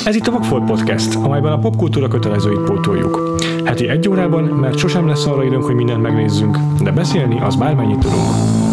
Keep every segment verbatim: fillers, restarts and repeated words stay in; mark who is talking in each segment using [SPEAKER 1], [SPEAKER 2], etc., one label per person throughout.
[SPEAKER 1] Ez itt a Vagfolt Podcast, amelyben a popkultúra kötelezőit pótoljuk. Heti egy órában, mert sosem lesz arra időnk, hogy mindent megnézzünk, de beszélni az bármennyit tudunk.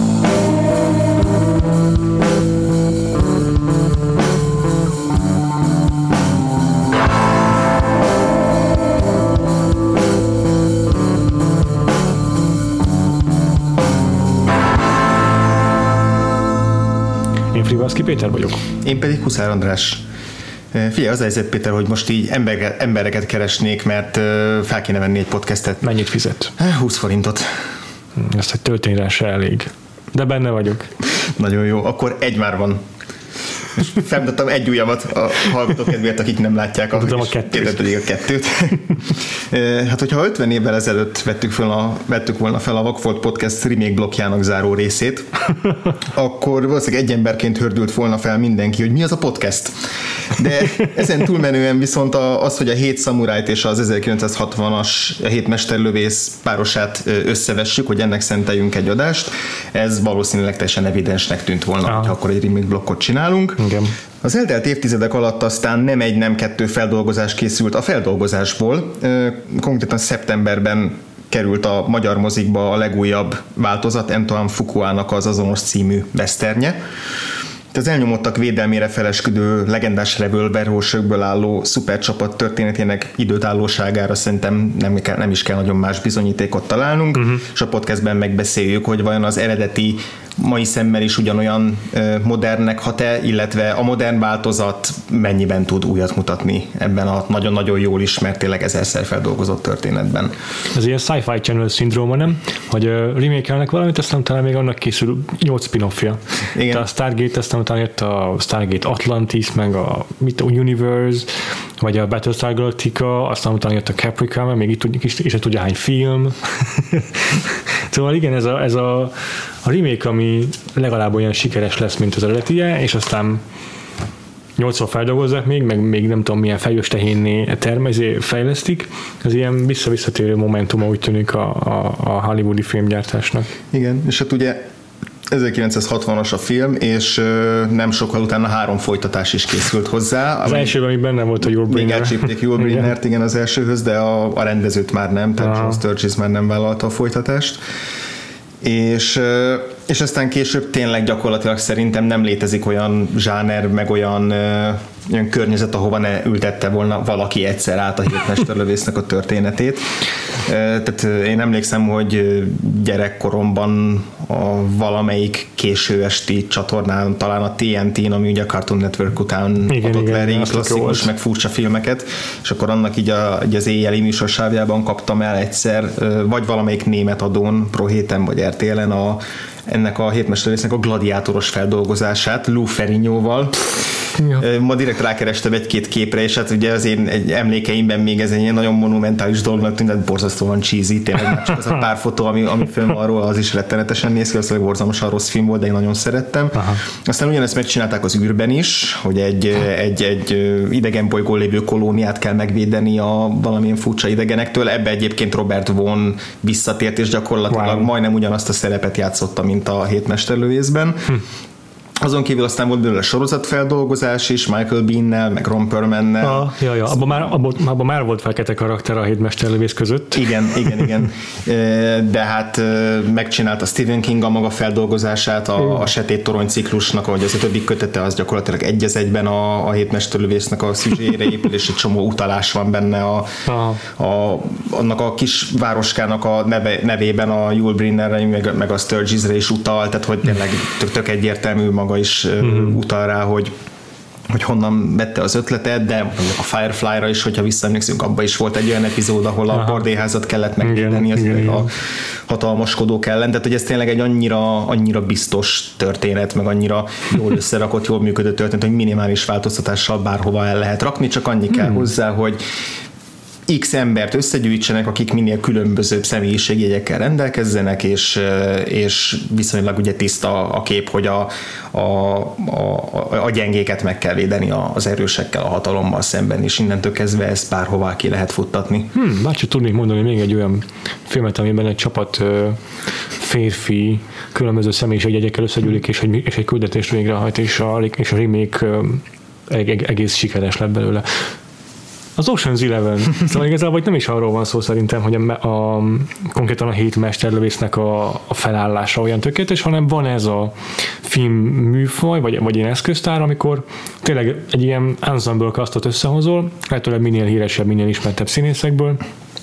[SPEAKER 1] Én Frivalszki Péter vagyok.
[SPEAKER 2] Én pedig Huszár András. Figyelj, az a helyzet, Péter, hogy most így ember, embereket keresnék, mert fel kéne venni egy podcastet.
[SPEAKER 1] Mennyit fizet?
[SPEAKER 2] húsz forintot.
[SPEAKER 1] Ezt egy történetre se elég. De benne vagyok.
[SPEAKER 2] Nagyon jó, akkor egy már van. És felmutattam egy ujjamat a hallgatók kedvéért, akik nem látják.
[SPEAKER 1] Tudom a kettőt.
[SPEAKER 2] pedig a kettőt. Hát, hogyha ötven évvel ezelőtt vettük, fel a, vettük volna fel a Vagfolt Podcast remake blokkjának záró részét, akkor valószínűleg egy emberként hördült volna fel mindenki, hogy mi az a podcast. De ezen túlmenően viszont az, hogy a hét szamurájt és az ezerkilencszázhatvanas a hét mesterlövész párosát összevessük, hogy ennek szenteljünk egy adást, ez valószínűleg teljesen evidensnek tűnt volna, ah. hogyha akkor egy remake blokkot csinálunk.
[SPEAKER 1] Igen.
[SPEAKER 2] Az eltelt évtizedek alatt aztán nem egy, nem kettő feldolgozás készült a feldolgozásból. Konkrétan szeptemberben került a magyar mozikba a legújabb változat, Antoine Fuquának az azonos című westernje. Az elnyomottak védelmére felesküdő legendás revolverhősökből álló szupercsapat történetének időtállóságára szerintem nem, kell, nem is kell nagyon más bizonyítékot találnunk, uh-huh. és a podcastben megbeszéljük, hogy vajon az eredeti mai szemmel is ugyanolyan modernnek hat-e, illetve a modern változat mennyiben tud újat mutatni ebben a nagyon-nagyon jól ismert, tényleg ezerszer feldolgozott történetben.
[SPEAKER 1] Ez ilyen Sci-Fi Channel szindróma, nem? Hogy uh, remake-elnek valamit, aztán talán még annak készül nyolc spin-offja. Igen. A Stargate, aztán utána jött a Stargate Atlantis, meg a, mit, a Universe, vagy a Battlestar Galactica, aztán utána jött a Capricorn, még itt is, is tudja hány film. Szóval igen, ez a, ez a, a remake, ami legalább olyan sikeres lesz, mint az eredetie, és aztán nyolcszor feldolgozzák még, meg még nem tudom milyen fejős tehénné termezé fejlesztik. Ez ilyen visszavisszatérő momentuma úgy tűnik a, a, a hollywoodi filmgyártásnak.
[SPEAKER 2] Igen, és hát ugye ezerkilencszázhatvanas a film, és uh, nem sokkal utána három folytatás is készült hozzá.
[SPEAKER 1] Az elsőben még benne volt a Yul Brynner.
[SPEAKER 2] Még elcsípték Yul Brynnert, igen, az elsőhöz, de a, a rendezőt már nem, tehát John Sturges már nem vállalta a folytatást. És, és aztán később tényleg gyakorlatilag szerintem nem létezik olyan zsáner, meg olyan, olyan környezet, ahova ne ültette volna valaki egyszer át a hét mesterlövésznek a történetét. Tehát én emlékszem, hogy gyerekkoromban a valamelyik késő esti csatornán, talán a té en tén, ami ugye a Cartoon Network után igen, adott le régi klasszikus, meg furcsa filmeket, és akkor annak így, a, így az éjjeli műsorsávjában kaptam el egyszer, vagy valamelyik német adón, Pro héten vagy er té el-en a, ennek a hétmesterlövésznek a gladiátoros feldolgozását Lou Ferrignoval. Ja. Ma direkt rákerestem egy-két képre, és hát ugye az én egy emlékeimben még ez egy nagyon monumentális dolognak tűnt, tehát borzasztóan cheesy, tényleg már csak az a pár fotó, ami, ami fönn van róla, az is rettenetesen néz ki, az borzalmasan rossz film volt, de én nagyon szerettem. Aha. Aztán ugyanezt megcsinálták az űrben is, hogy egy, egy, egy idegen bolygón lévő kolóniát kell megvédeni a valamilyen furcsa idegenektől. Ebbe egyébként Robert Vaughn visszatért, és gyakorlatilag wow. majdnem ugyanazt a szerepet játszotta, mint a hét mesterlövészben. Hm. Azon kívül aztán volt belőle sorozatfeldolgozás is, Michael Biehn-nel, meg Ron Perlman-nel.
[SPEAKER 1] Ah, ja, ja. Abban már, abba, abba már volt fekete karakter a hét mesterlövész között.
[SPEAKER 2] Igen, igen, igen. De hát megcsinálta Stephen King a maga feldolgozását, a, a Sötét Torony ciklusnak, ahogy az a többi kötete, az gyakorlatilag egy az egyben a, a hét mesterlövésznek a szüzsére épül, és egy csomó utalás van benne a, a, annak a kis városkának a neve, nevében a Yul Brynnerre, meg, meg a Sturgesre is utal, tehát hogy tényleg tök, tök egyértelmű maga is mm-hmm. utal rá, hogy, hogy honnan vette az ötletet, de a Firefly-ra is, hogyha visszaemlékszünk, abban is volt egy olyan epizód, ahol a bordélyházat kellett megvédeni az igen, a hatalmaskodók ellen, tehát hogy ez tényleg egy annyira, annyira biztos történet, meg annyira jól összerakott, jól működő történet, hogy minimális változtatással bárhova el lehet rakni, csak annyi kell mm. hozzá, hogy X embert összegyűjtsenek, akik minél különbözőbb személyiségjegyekkel rendelkezzenek, és, és viszonylag ugye tiszta a kép, hogy a, a, a, a gyengéket meg kell védeni az erősekkel, a hatalommal szemben, és innentől kezdve ezt bárhová ki lehet futtatni. Hmm, bárcsak tudnék mondani még egy olyan filmet, amiben egy csapat férfi különböző személyiségjegyekkel összegyűlik, és egy, és egy küldetést végrehajt, és a, és a remake
[SPEAKER 1] egész sikeres lett belőle. Az Ocean's Eleven, szóval igazából nem is arról van szó szerintem, hogy a, a, konkrétan a hét mesterlövésznek a, a felállása olyan tökéletes, hanem van ez a film műfaj, vagy, vagy ilyen eszköztár, amikor tényleg egy ilyen ensemble castot összehozol, lehetőleg minél híresebb, minél ismertebb színészekből,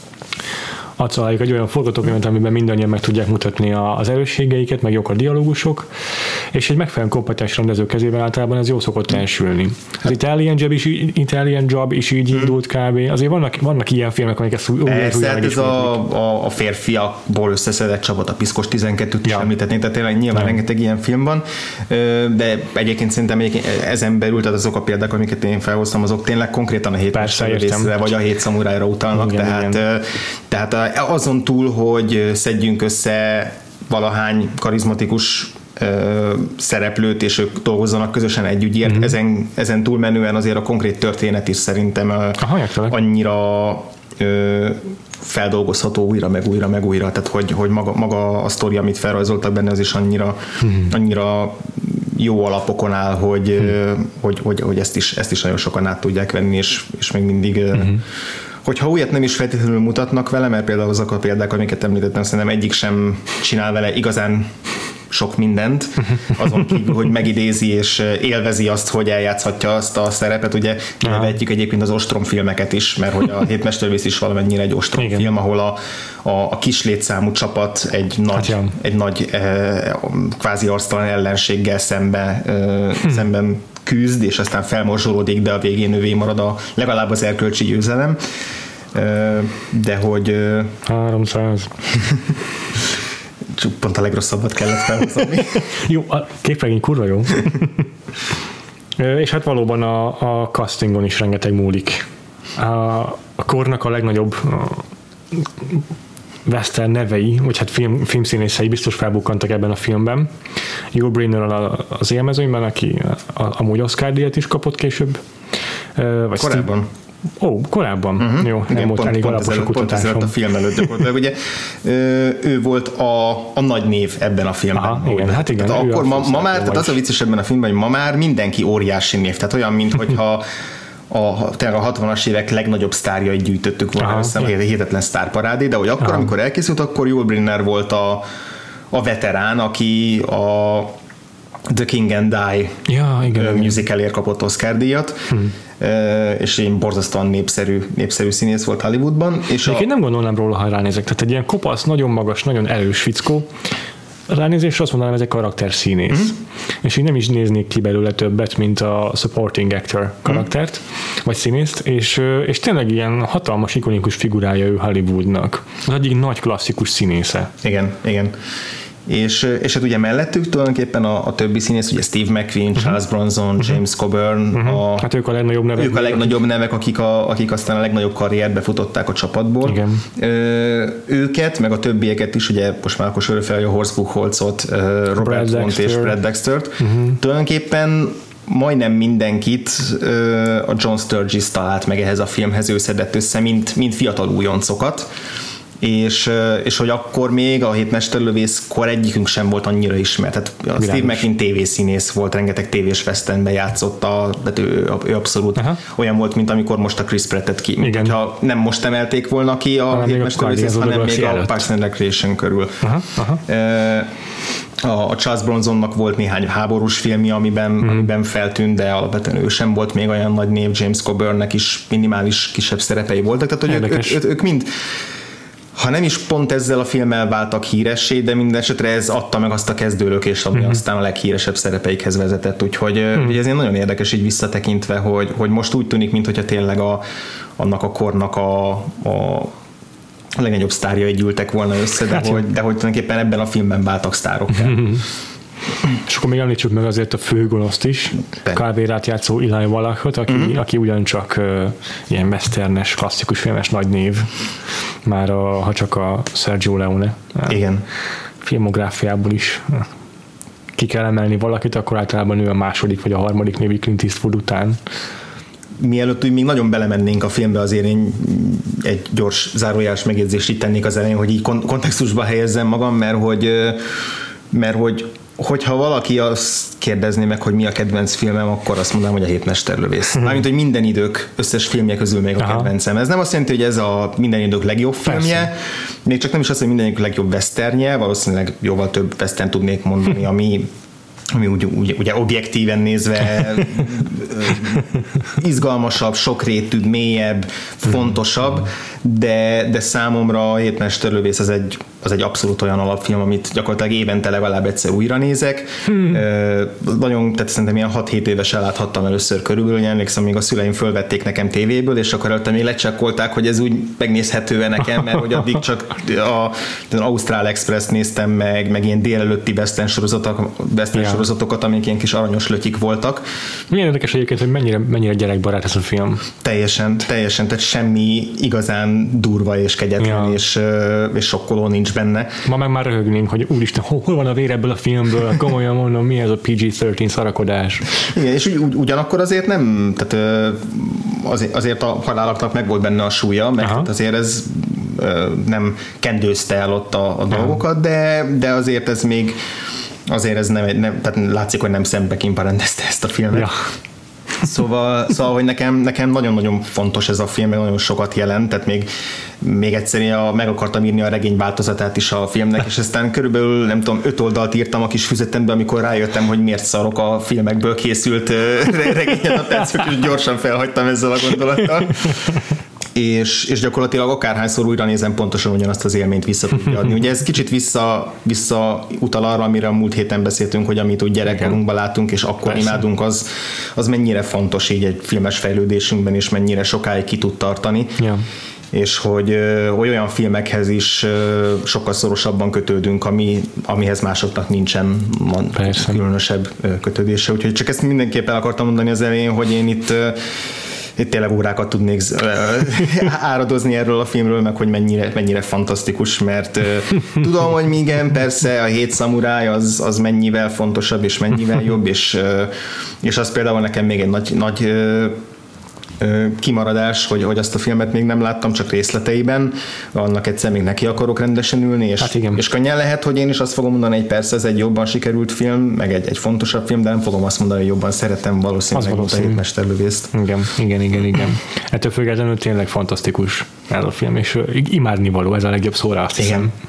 [SPEAKER 1] adsz alájuk egy olyan forgatókönyvet, amiben mindannyian meg tudják mutatni az erősségeiket, meg jók a dialógusok, és egy megfelelően kompetens rendező kezében általában ez jó szokott elsülni. Az Italian Job is, Italian Job is így indult kb. Azért vannak, vannak ilyen filmek, amik ezt úgy
[SPEAKER 2] Persze, hát ez a, a, a férfiakból összeszedett csapat, a Piszkos tizenkettőt is ja. említetnénk, tehát tényleg nyilván nem. rengeteg ilyen film van, de egyébként szerintem egyébként ezen belül, tehát azok a példák, amiket én felhoztam, azok tényleg konkrétan a hét mesterlövészre, vagy a hét szamurájra utalnak, igen, tehát, igen. tehát azon túl, hogy szedjünk össze valahány karizmatikus ö, szereplőt, és ők dolgozzanak közösen egy ügyért, mm-hmm. ezen, ezen túlmenően azért a konkrét történet is szerintem Aha, annyira ö, feldolgozható újra, meg újra, meg újra, tehát hogy, hogy maga, maga a sztori, amit felrajzoltak benne, az is annyira, mm-hmm. annyira jó alapokon áll, hogy, mm-hmm. hogy, hogy, hogy ezt, is, ezt is nagyon sokan át tudják venni, és, és még mindig mm-hmm. hogyha újat nem is feltétlenül mutatnak vele, mert például azok a példák, amiket említettem, szerintem egyik sem csinál vele igazán sok mindent, azon kívül, hogy megidézi és élvezi azt, hogy eljátszhatja azt a szerepet. Ugye nevetjük egyébként az ostromfilmeket is, mert hogy a Hét mesterlövész is valamennyire egy ostromfilm, ahol a, a, a kis létszámú csapat egy nagy, hát egy nagy eh, kvázi arctalan ellenséggel szembe, eh, hm. szemben küzd, és aztán felmorzsolódik, de a végén ővé marad a, legalább az erkölcsi győzelem. De hogy...
[SPEAKER 1] háromszáz
[SPEAKER 2] Pont a legrosszabbat kellett felhozni.
[SPEAKER 1] Jó, a képregény kurva jó. És hát valóban a, a castingon is rengeteg múlik. A, a kornak a legnagyobb western nevei, vagy hát film, filmszínészei biztos felbukkantak ebben a filmben. Yul Brynner az élmezőnyben, aki amúgy Oscar-díjat is kapott később.
[SPEAKER 2] Vagy korábban.
[SPEAKER 1] Ó, oh, korábban. Uh-huh. Jó,
[SPEAKER 2] igen,
[SPEAKER 1] nem volt elég alapos a kutatásom.
[SPEAKER 2] Pont a film előtt gyakorlatilag. Ugye, ő volt a, a nagy név ebben a filmben.
[SPEAKER 1] Aha, igen, hát igen.
[SPEAKER 2] Tehát akkor ma, ma már, tehát az a vicces ebben a filmben, hogy ma már mindenki óriási név. Tehát olyan, minthogyha a, a hatvanas évek legnagyobb sztárjait gyűjtöttük volna össze, hihetetlen sztárparádé, de hogy akkor, Aha. amikor elkészült, akkor Yul Brynner volt a, a veterán, aki a The King and Die
[SPEAKER 1] ja, igen,
[SPEAKER 2] musicalért kapott Oscar-díjat, hmm. és én borzasztóan népszerű, népszerű színész volt Hollywoodban. És
[SPEAKER 1] a... nem gondolnám róla, ha ránézek. Tehát egy ilyen kopasz, nagyon magas, nagyon erős fickó, ránézésre azt mondanám, ez egy karakterszínész. Mm-hmm. És így nem is néznék ki belőle többet, mint a supporting actor karaktert, mm-hmm. vagy színészt, és, és tényleg ilyen hatalmas, ikonikus figurája ő Hollywoodnak. Az egyik nagy klasszikus színésze.
[SPEAKER 2] Igen, igen. És, és hát ugye mellettük tulajdonképpen a, a többi színész, ugye Steve McQueen, uh-huh. Charles Bronson, uh-huh. James Coburn.
[SPEAKER 1] Uh-huh. A, hát ők a legnagyobb nevek.
[SPEAKER 2] Ők a legnagyobb nevek, akik, a, akik aztán a legnagyobb karrierbe futották a csapatból.
[SPEAKER 1] Igen.
[SPEAKER 2] Ö, őket, meg a többieket is, ugye most már akkor sorol fel a Horst Buchholzot, Robert Vaughn és Brad Dextert. Uh-huh. Tulajdonképpen majdnem mindenkit a John Sturges talált meg ehhez a filmhez, ő szedett össze, mint, mint fiatal újoncokat. És, és hogy akkor még a Hét mesterlövészkor egyikünk sem volt annyira ismert. Tehát a Steve McQueen tévészínész volt, rengeteg tévés westernben játszott, a, tehát ő, ő abszolút Aha. olyan volt, mint amikor most a Chris Pratt-et ki. Igen. Ha nem most emelték volna ki a Hét mesterlövész, hanem még a Parks and Recreation körül. Aha. Aha. A Charles Bronsonnak volt néhány háborús filmje, amiben, hmm. amiben feltűnt, de alapvetően ő sem volt még olyan nagy név. James Coburnnek is minimális kisebb szerepei voltak. Tehát hogy ők, ők, ők, ők mind ha nem is pont ezzel a filmmel váltak híressé, de minden esetre ez adta meg azt a kezdőlökést, ami mm-hmm. aztán a leghíresebb szerepeikhez vezetett. Úgyhogy mm. ez nagyon érdekes így visszatekintve, hogy, hogy most úgy tűnik, mintha tényleg a, annak a kornak a, a a legnagyobb sztárjai gyűltek volna össze, de, hát hogy, de hogy tulajdonképpen ebben a filmben váltak sztárokká. Mm-hmm.
[SPEAKER 1] És akkor még említsük meg azért a főgonoszt is, Calvérát játszó Eli Wallachot, aki, mm. aki ugyancsak uh, ilyen westernes, klasszikus filmes nagy név, már a, ha csak a Sergio Leone
[SPEAKER 2] Igen.
[SPEAKER 1] filmográfiából is ki kell emelni valakit, akkor általában ő a második vagy a harmadik névi Clint Eastwood után.
[SPEAKER 2] Mielőtt úgy még nagyon belemennénk a filmbe, azért én egy gyors zárójeles megjegyzést itt tennék az elején, hogy így kontextusba helyezzem magam, mert hogy, mert hogy hogyha valaki azt kérdezné meg, hogy mi a kedvenc filmem, akkor azt mondanám, hogy a Hétmesterlövész. Mármint, hogy minden idők összes filmje közül még a Aha. kedvencem. Ez nem azt jelenti, hogy ez a minden idők legjobb filmje, Persze. még csak nem is azt, hogy minden idők legjobb westernje, valószínűleg jóval több western tudnék mondani, ami ami úgy, úgy, ugye objektíven nézve izgalmasabb, sokrétűbb, mélyebb, fontosabb, de, de számomra a Hétmesterlövész az egy, az egy abszolút olyan alapfilm, amit gyakorlatilag évente legalább egyszer újra nézek. Hmm. Nagyon, tehát szerintem ilyen hat-hét évesen láthattam először körülbelül, emlékszem, még a szüleim fölvették nekem tévéből, és akkor előtte még lecsekkolták, hogy ez úgy megnézhető nekem, mert hogy addig csak a, az Ausztrál Express néztem meg, meg ilyen délelőtti western sorozatok, western ja. sorozatokat, amik ilyen kis aranyos lötyik voltak.
[SPEAKER 1] Milyen érdekes egyébként, hogy mennyire, mennyire gyerekbarát ez a film.
[SPEAKER 2] Teljesen, teljesen, tehát semmi igazán durva és kegyetlen ja. és, és sokkoló nincs benne.
[SPEAKER 1] Ma meg már röhögnénk, hogy úristen, hol, hol van a vér ebből a filmből, komolyan mondom, mi ez a pé gé tizenhárom szarakodás.
[SPEAKER 2] Igen, és ugy, ugyanakkor azért nem, tehát azért, azért a halálaknak meg volt benne a súlya, meg azért ez nem kendőzte el ott a, a dolgokat, de, de azért ez még azért ez nem, nem tehát látszik, hogy nem Sam Peckinpah rendezte ezt a filmet. Ja. Szóval, szóval, hogy nekem, nekem nagyon-nagyon fontos ez a film, meg nagyon sokat jelent, tehát még, még egyszerűen meg akartam írni a regény változatát is a filmnek, és aztán körülbelül, nem tudom, öt oldalt írtam a kis füzetembe, amikor rájöttem, hogy miért szarok a filmekből készült regényadaptációk, és gyorsan felhagytam ezzel a gondolattal. És, és gyakorlatilag akárhányszor újra nézem, pontosan ugyanazt az élményt vissza tudja adni. Ugye ez kicsit vissza, vissza utal arra, amire a múlt héten beszéltünk, hogy amit úgy gyerekkorunkban látunk, és akkor Persze. imádunk, az, az mennyire fontos így egy filmes fejlődésünkben, és mennyire sokáig ki tud tartani. Ja. És hogy ö, olyan filmekhez is ö, sokkal szorosabban kötődünk, ami, amihez másoknak nincsen man, különösebb ö, kötődése. Úgyhogy csak ezt mindenképpen akartam mondani az elején, hogy én itt ö, itt tényleg órákat tudnék áradozni erről a filmről, meg hogy mennyire, mennyire fantasztikus, mert uh, tudom, hogy igen, persze a Hét szamuráj az, az mennyivel fontosabb, és mennyivel jobb, és, uh, és az például nekem még egy nagy, nagy uh, kimaradás, hogy, hogy azt a filmet még nem láttam, csak részleteiben, annak egyszer még neki akarok rendesen ülni, és, hát és könnyen lehet, hogy én is azt fogom mondani, hogy persze ez egy jobban sikerült film, meg egy, egy fontosabb film, de nem fogom azt mondani, hogy jobban szeretem valószínűleg valószínű. a Hétmesterlövészt.
[SPEAKER 1] Igen, igen, igen, igen. Ettől függetlenül tényleg fantasztikus ez a film, és imádnivaló, ez a legjobb szóra, azt hiszem.
[SPEAKER 2] Igen.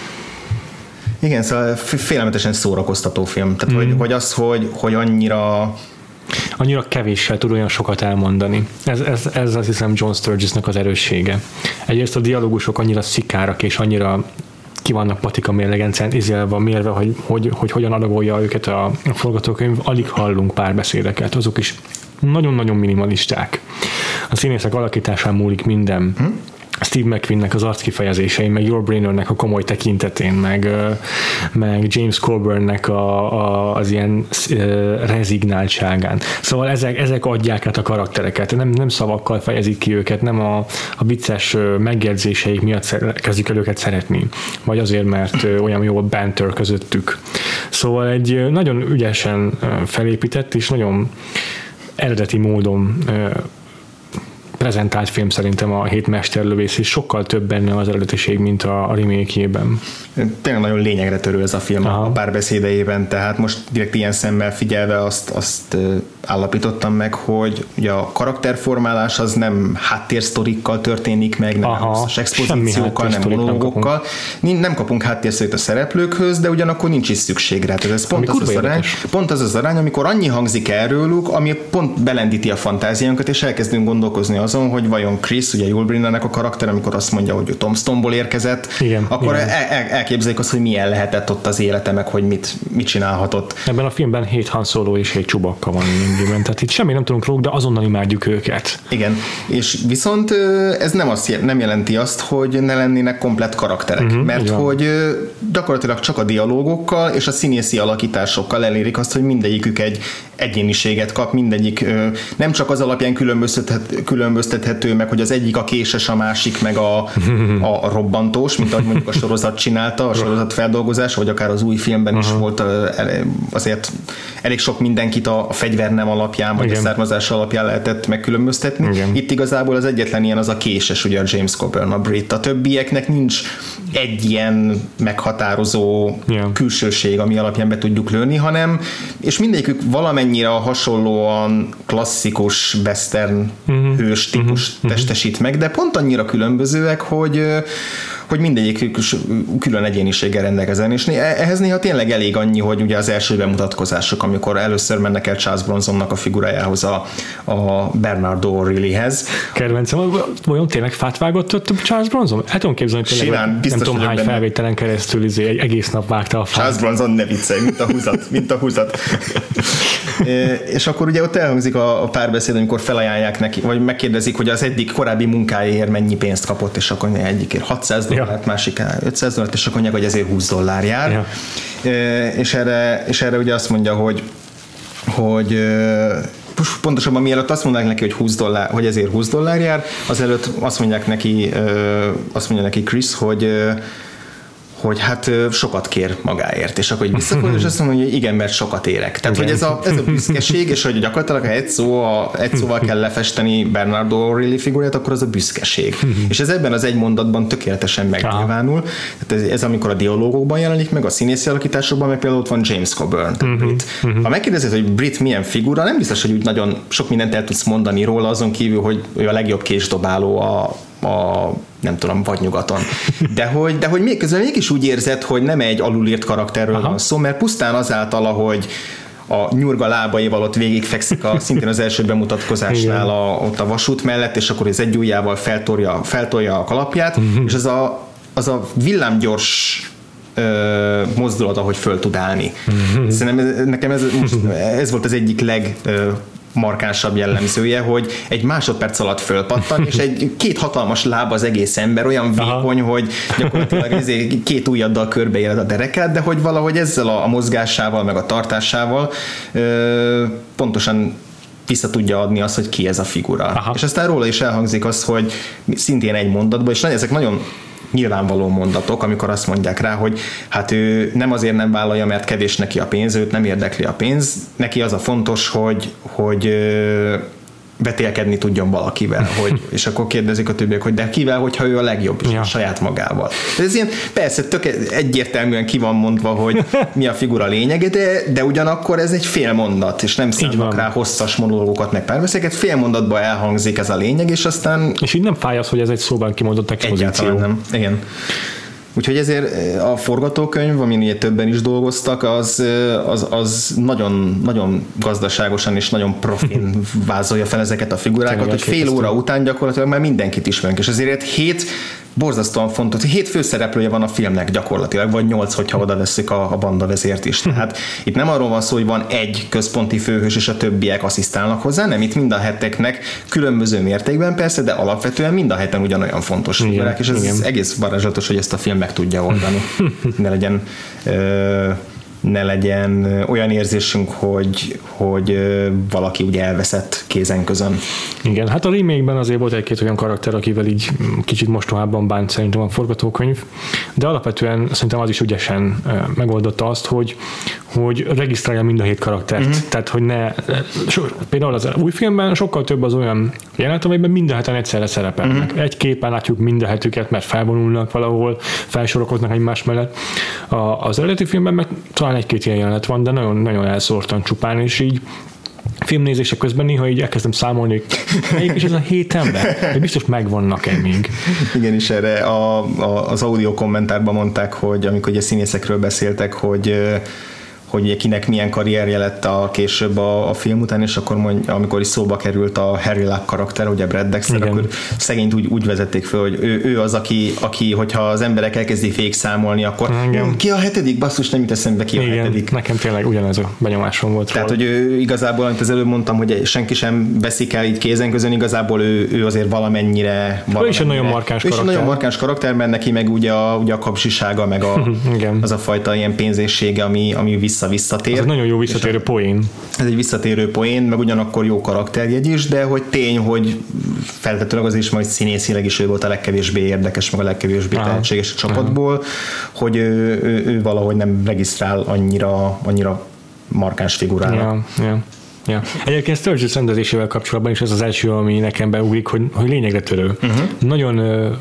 [SPEAKER 2] Igen, szóval félelmetesen szórakoztató film. Tehát, mm. hogy, hogy az, hogy, hogy annyira
[SPEAKER 1] annyira kevéssel tud olyan sokat elmondani. Ez, ez, ez azt hiszem John Sturgesnek az erőssége. Egyrészt a dialógusok annyira szikárak, és annyira ki vannak patika mérlegen izélve, mérve, hogy, hogy, hogy hogyan adagolja őket a, a forgatókönyv. Alig hallunk párbeszédeket, azok is nagyon-nagyon minimalisták. A színészek alakításán múlik minden. Hm? Steve McQueennek az arckifejezései, meg Your Brainernek a komoly tekintetén, meg, meg James Coburnnek a, a, az ilyen rezignáltságán. Szóval ezek, ezek adják át a karaktereket, nem, nem szavakkal fejezik ki őket, nem a, a vicces megjegyzéseik miatt kezdjük el őket szeretni, vagy azért, mert olyan jó a banter közöttük. Szóval egy nagyon ügyesen felépített és nagyon eredeti módon prezentált film szerintem a Hétmesterlövész, és sokkal több benne az eredetiség, mint a, a remake-jében.
[SPEAKER 2] Tényleg nagyon lényegre törő ez a film Aha. a párbeszédeiben, tehát most direkt ilyen szemmel figyelve azt, azt állapítottam meg, hogy ugye a karakterformálás az nem háttérsztorikkal történik meg, nem hosszas expozíciókkal, nem monológokkal. Nem, nem kapunk háttérsztorit a szereplőkhöz, de ugyanakkor nincs is szükség rá. Tehát ez pont az, az arány, pont az az arány, amikor annyi hangzik erőlük, ami pont belendíti a fantáziánkat, és elkezdünk gondolkozni azon, hogy vajon Chris, ugye Yul Brynnernek a karakter, amikor azt mondja, hogy ő Tombstone-ból érkezett, igen, akkor igen. El, el, elképzeljük azt, hogy milyen lehetett ott az élete, meg hogy mit, mit csinálhatott.
[SPEAKER 1] Ebben a filmben hét Han Solo és hét Chewbacca van mindében, tehát itt semmi nem tudunk róluk, de azonnal imádjuk őket.
[SPEAKER 2] Igen, és viszont ez nem, azt, nem jelenti azt, hogy ne lennének komplett karakterek, uh-huh, mert hogy gyakorlatilag csak a dialógokkal és a színészi alakításokkal elérik azt, hogy mindegyikük egy egyéniséget kap, mindegyik nem csak az alapján különböztethető, különböztethető meg, hogy az egyik a késes, a másik meg a, a robbantós, mint ahogy mondjuk a sorozat csinálta, a sorozat feldolgozás, vagy akár az új filmben is volt azért elég sok mindenkit a fegyvernem alapján, vagy igen. a származás alapján lehetett megkülönböztetni. Igen. Itt igazából az egyetlen ilyen az a késes, ugye a James Coburn, a brit. A többieknek nincs egy ilyen meghatározó yeah. külsőség, ami alapján be tudjuk lőni, hanem, és mindegyikük valamennyire hasonlóan klasszikus western uh-huh. hős típus uh-huh. testesít meg, de pont annyira különbözőek, hogy hogy mindegyik külön egyéniséggel rendelkezzen, és ehhez néha tényleg elég annyi, hogy ugye az első bemutatkozások, amikor először mennek el Charles Bronsonnak a figurájához a, a Bernardo O'Reillyhez.
[SPEAKER 1] Kedvencem, vajon tényleg fát vágott ott Charles Bronson? Hát tudom képzelni, hogy tényleg Simán, nem tudom hány benne. felvételen keresztül izé, egy egész nap vágta a fát.
[SPEAKER 2] Charles Bronson ne viccelj, mint a húzat, mint a húzat. e, és akkor ugye ott elhangzik a, a párbeszéd, amikor felajánlják neki, vagy megkérdezik, hogy az eddig korábbi munkáért mennyi pénzt kapott, és akkor egyikért hatszáz dollárt, ja. másik ötszáz dollárt, és akkor mondják, hogy ezért húsz dollár jár. Ja. E, és, erre, és erre ugye azt mondja, hogy, hogy pontosabban mielőtt azt mondják neki, hogy húsz dollár, hogy ezért húsz dollár jár, azelőtt azt mondják neki, azt mondja neki Chris, hogy hogy hát sokat kér magáért, és akkor visszafordul, és azt mondja, hogy igen, mert sokat érek. Tehát, igen. hogy ez a, ez a büszkeség, és hogy gyakorlatilag, ha egy, szó, a, egy szóval kell lefesteni Bernardo O'Reilly figurát, akkor az a büszkeség. És ez ebben az egy mondatban tökéletesen megnyilvánul. Tehát ez, ez amikor a dialógokban jelenik meg, a színészi alakításokban, meg például ott van James Coburn, tehát Brit. Ha megkérdezed, hogy Brit milyen figura, nem biztos, hogy úgy nagyon sok mindent el tudsz mondani róla, azon kívül, hogy ő a legjobb késdobáló a a nem tudom, vagy nyugaton. De hogy, de hogy még közben mégis úgy érzed, hogy nem egy alulírt karakterről Aha. van szó, mert pusztán azáltal, ahogy a nyurga lábaival ott végigfekszik a, szintén az első bemutatkozásnál a, ott a vasút mellett, és akkor az egy ujjával feltolja, feltolja a kalapját, uh-huh. és az a, az a villámgyors ö, mozdulat, ahogy föl tud állni. Uh-huh. Szerintem ez, nekem ez, most, ez volt az egyik leg ö, markánsabb jellemzője, hogy egy másodperc alatt fölpattan, és egy két hatalmas láb az egész ember, olyan vékony, Aha. hogy gyakorlatilag ezért két ujjaddal körbeéled a derekát, de hogy valahogy ezzel a, a mozgásával, meg a tartásával ö, pontosan vissza tudja adni azt, hogy ki ez a figura. Aha. És aztán róla is elhangzik az, hogy szintén egy mondatban, és ezek nagyon nyilvánvaló mondatok, amikor azt mondják rá, hogy hát ő nem azért nem vállalja, mert kevés neki a pénz, őt nem érdekli a pénz, neki az a fontos, hogy, hogy vetélkedni tudjon valakivel, hogy, és akkor kérdezik a többiek, hogy de kivel, hogyha ő a legjobb is, ja. a saját magával. Ez ilyen, persze tök egyértelműen ki van mondva, hogy mi a figura lényege, de, de ugyanakkor ez egy fél mondat, és nem számnak rá hosszas monológokat, meg párbeszédeket, fél mondatban elhangzik ez a lényeg, és aztán...
[SPEAKER 1] És így nem fáj az, hogy ez egy szóban kimondott expozíció.
[SPEAKER 2] Egyáltalán nem, igen. Úgyhogy ezért a forgatókönyv, amin ugye többen is dolgoztak, az, az, az nagyon, nagyon gazdaságosan és nagyon profin vázolja fel ezeket a figurákat, Tényleg, hogy fél óra után gyakorlatilag már mindenkit ismerünk, és azért hét borzasztóan fontos, hét főszereplője van a filmnek gyakorlatilag, vagy nyolc, hogyha oda veszik a, a banda vezért is. Tehát itt nem arról van szó, hogy van egy központi főhős, és a többiek asszisztálnak hozzá, nem, itt mind a heteknek különböző mértékben persze, de alapvetően mind a heten ugyanolyan fontos figurák, és ez igen. egész varázslatos, hogy ezt a film meg tudja oldani. Ne legyen ö, ne legyen olyan érzésünk, hogy, hogy valaki ugye elveszett kézen közön.
[SPEAKER 1] Igen, hát a remake-ben azért volt egy-két olyan karakter, akivel így kicsit mostohában bánt szerintem a forgatókönyv, de alapvetően szerintem az is ügyesen megoldotta azt, hogy, hogy regisztrálja mind a hét karaktert. Uh-huh. Tehát, hogy ne... So, például az új filmben sokkal több az olyan jelenet, amelyben minden heten egyszerre szerepelnek. Uh-huh. Egy képen látjuk mind a hetüket, mert felvonulnak valahol, felsorokoznak egymás mellett. A, az eredeti filmben meg talán egy-két ilyen jelenet van, de nagyon, nagyon elszórtan csupán, és így filmnézések közben néha így elkezdem számolni, melyik is ez a hét ember? De biztos megvannak-e még?
[SPEAKER 2] Igen, és erre a, a, az audio kommentárban mondták, hogy amikor ugye színészekről beszéltek, hogy hogy kinek milyen karrierje lett a később a, a film után, és akkor mondj, amikor is szóba került a Harry Luck karakter, ugye Brad Dexter, Igen. akkor szegényt úgy, úgy vezették föl, hogy ő, ő az, aki, aki, hogyha az emberek elkezdik végigszámolni, akkor hm, ki a hetedik? Basszus, nem jut eszembe, ki a
[SPEAKER 1] Igen,
[SPEAKER 2] hetedik.
[SPEAKER 1] Nekem tényleg ugyanez a benyomásom volt.
[SPEAKER 2] Tehát, róla. Hogy ő igazából, amit az előbb mondtam, hogy senki sem veszik el így kézen közön, igazából ő, ő azért valamennyire...
[SPEAKER 1] Ő is egy nagyon markáns
[SPEAKER 2] ő
[SPEAKER 1] karakter.
[SPEAKER 2] Ő is egy nagyon markáns karakter, mert neki meg ugye a, ugye a kapzsisága, meg a, az a fajta ilyen pénzéssége, ami, ami vissza vissza-visszatér.
[SPEAKER 1] Ez nagyon jó visszatérő poén.
[SPEAKER 2] Ez egy visszatérő poén, meg ugyanakkor jó karakterjegy is, de hogy tény, hogy feltetőleg az is majd színészileg is ő volt a legkevésbé érdekes, meg a legkevésbé Aha. tehetséges a csapatból, Aha. hogy ő, ő, ő valahogy nem regisztrál annyira, annyira markáns figurának.
[SPEAKER 1] Ja, ja. Ja. Egyébként Sturges rendezésével kapcsolatban is ez az első, ami nekem beugrik, hogy, hogy lényegre törő. Uh-huh. Nagyon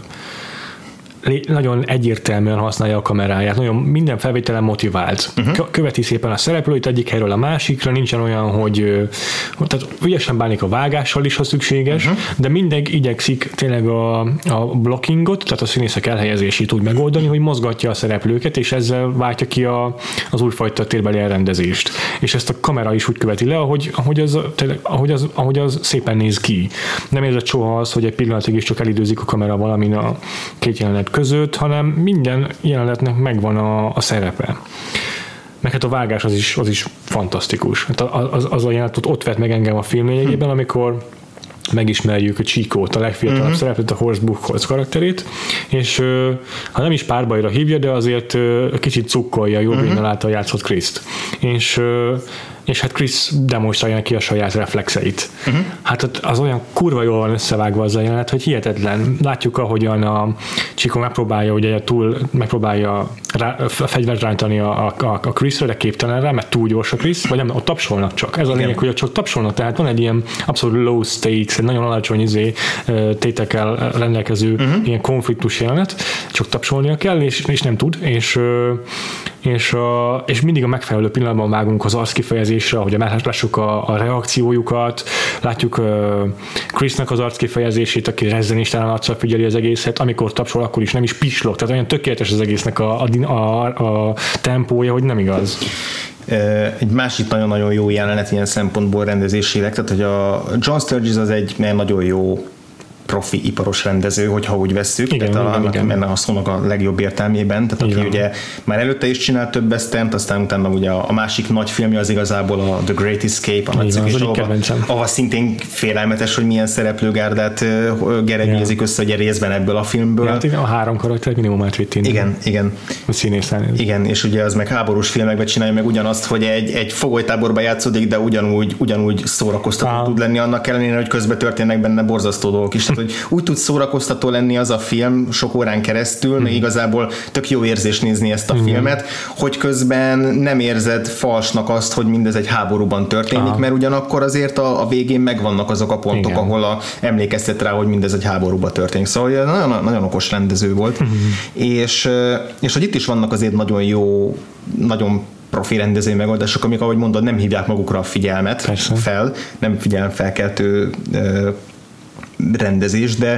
[SPEAKER 1] nagyon egyértelműen használja a kameráját, nagyon minden felvételen motivált. Uh-huh. Követi szépen a szereplőit egyik helyről a másikra, nincsen olyan, hogy tehát ügyesen bánik a vágással is, ha szükséges, uh-huh. de mindig igyekszik tényleg a, a blockingot, tehát a színészek elhelyezését úgy megoldani, hogy mozgatja a szereplőket, és ezzel váltja ki a, az újfajta térbeli elrendezést. És ezt a kamera is úgy követi le, ahogy, ahogy, az, tényleg, ahogy, az, ahogy az szépen néz ki. Nem érzed soha az, hogy egy pillanatig is csak elidőzik a kamera valamin a két jelenet között, hanem minden jelenetnek megvan a, a szerepe. Meg hát a vágás az is, az is fantasztikus. Hát az, az a jelenet ott vett meg engem a film lényegében, amikor megismerjük a Chico-t, a legfiatalabb uh-huh. szereplőt, a Horst Buchholz karakterét, és ha nem is párbajra hívja, de azért kicsit cukkolja a jobb uh-huh. által játszott Christ. És és hát Chris demonstrálja neki a saját reflexeit. Uh-huh. Hát az olyan kurva jól van összevágva az a jelenet, hogy hihetetlen. Látjuk, ahogyan a Chico megpróbálja, ugye túl, megpróbálja rá, a fegyvert rántani a, a, a Chrisre, de képtelen rá, mert túl gyors a Chris, vagy nem, ott tapsolnak csak. Ez a lényeg, hogy csak tapsolnak, tehát van egy ilyen abszolút low stakes, egy nagyon alacsony izé, tétekkel rendelkező uh-huh. ilyen konfliktus jelenet, csak tapsolnia kell, és, és nem tud, és és, a, és mindig a megfelelő pillanatban vágunk az arckifejezésre, hogy lássuk a, a reakciójukat, látjuk uh, Chrisnek az arckifejezését, aki rezzenéstelen arccal figyeli az egészet, amikor tapsol, akkor is nem is pislog, tehát olyan tökéletes az egésznek a, a, a, a tempója, hogy nem igaz.
[SPEAKER 2] Egy másik nagyon-nagyon jó jelenet ilyen szempontból rendezésileg, tehát hogy a John Sturges az egy nagyon jó profi iparos rendező, hogyha úgy vesszük, igen, tehát igen, annak menne a szónak a legjobb értelmében, tehát igen. Aki ugye már előtte is csinált több western, aztán utána ugye a másik nagy filmje az igazából a The Great Escape, a nagyszerű, és ahova, ahova szintén félelmetes, hogy milyen szereplőgárdát gerebjézik ja. össze ugye részben ebből a filmből.
[SPEAKER 1] Ja, a három karakter minimum átvitt innen.
[SPEAKER 2] Igen, igen.
[SPEAKER 1] A színészen.
[SPEAKER 2] Igen, és ugye az meg háborús filmekben csinálja meg ugyanazt, hogy egy, egy fogolytáborban játszódik, de ugyanúgy, ugyanúgy szórakoztató ah. tud lenni, annak ellenére, hogy közben történnek benne borzasztó dolgok is. Tehát, hogy úgy tud szórakoztató lenni az a film sok órán keresztül, mm. meg igazából tök jó érzés nézni ezt a mm. filmet, hogy közben nem érzed falsnak azt, hogy mindez egy háborúban történik, Aha. mert ugyanakkor azért a, a végén megvannak azok a pontok, Igen. ahol a, emlékeztet rá, hogy mindez egy háborúban történik. Szóval nagyon, nagyon okos rendező volt. Mm. És, és hogy itt is vannak azért nagyon jó, nagyon profi rendezői megoldások, amik, ahogy mondod, nem hívják magukra a figyelmet Persze. fel, nem figyelemfelkeltő rendezés, de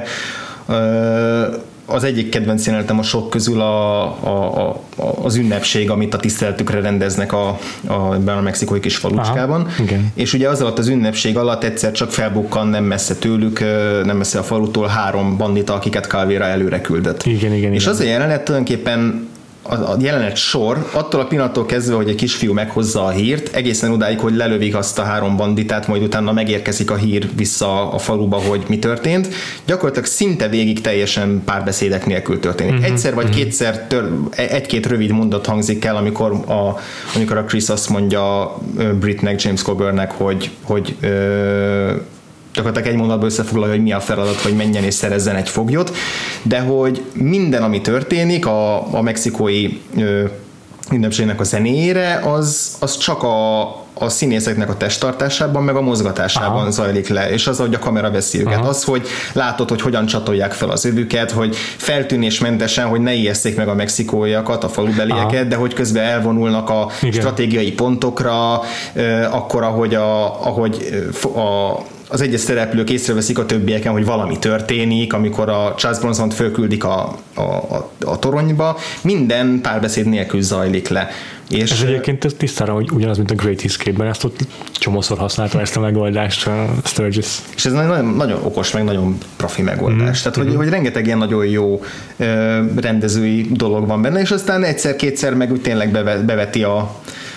[SPEAKER 2] az egyik kedvenc jelenetem a sok közül a, a, a, az ünnepség, amit a tiszteletükre rendeznek a, a, a mexikói kis falucskában. Aha, és ugye az alatt az ünnepség alatt egyszer csak felbukkan nem messze tőlük, nem messze a falutól három bandita, akiket Calvera előre küldött.
[SPEAKER 1] Igen, igen,
[SPEAKER 2] és
[SPEAKER 1] igen.
[SPEAKER 2] az a jelenet tulajdonképpen a jelenet sor, attól a pillanattól kezdve, hogy egy kisfiú meghozza a hírt, egészen odáig, hogy lelövik azt a három banditát, majd utána megérkezik a hír vissza a faluba, hogy mi történt. Gyakorlatilag szinte végig teljesen párbeszédek nélkül történik. Uh-huh, Egyszer vagy uh-huh. kétszer tör, egy-két rövid mondat hangzik el, amikor a, amikor a Chris azt mondja Britnek, James Coburnnek, hogy, hogy ö, gyakorlatilag egy mondatban összefoglalja, hogy mi a feladat, hogy menjen és szerezzen egy foglyot, de hogy minden, ami történik a, a mexikói ö, ünnepségnek a zenéjére, az, az csak a, a színészeknek a testtartásában, meg a mozgatásában Aha. zajlik le, és az, hogy a kamera veszi őket. Aha. Az, hogy látod, hogy hogyan csatolják fel az övüket, hogy feltűnésmentesen, hogy ne ijesszék meg a mexikóiakat, a falubelieket, Aha. de hogy közben elvonulnak a Igen. stratégiai pontokra, akkor, ahogy, a, ahogy a az egyes szereplők észreveszik a többieken, hogy valami történik, amikor a Charles Bronsont fölküldik a, a, a, a toronyba, minden párbeszéd nélkül zajlik le. És
[SPEAKER 1] ez egyébként tisztára, hogy ugyanaz, mint a Great Escape-ben, ezt ott csomószor használta ezt a megoldást a Sturges.
[SPEAKER 2] És ez nagyon, nagyon okos, meg nagyon profi megoldás. Mm-hmm. Tehát, hogy, mm-hmm. hogy rengeteg ilyen nagyon jó ö, rendezői dolog van benne, és aztán egyszer-kétszer meg úgy tényleg beveti a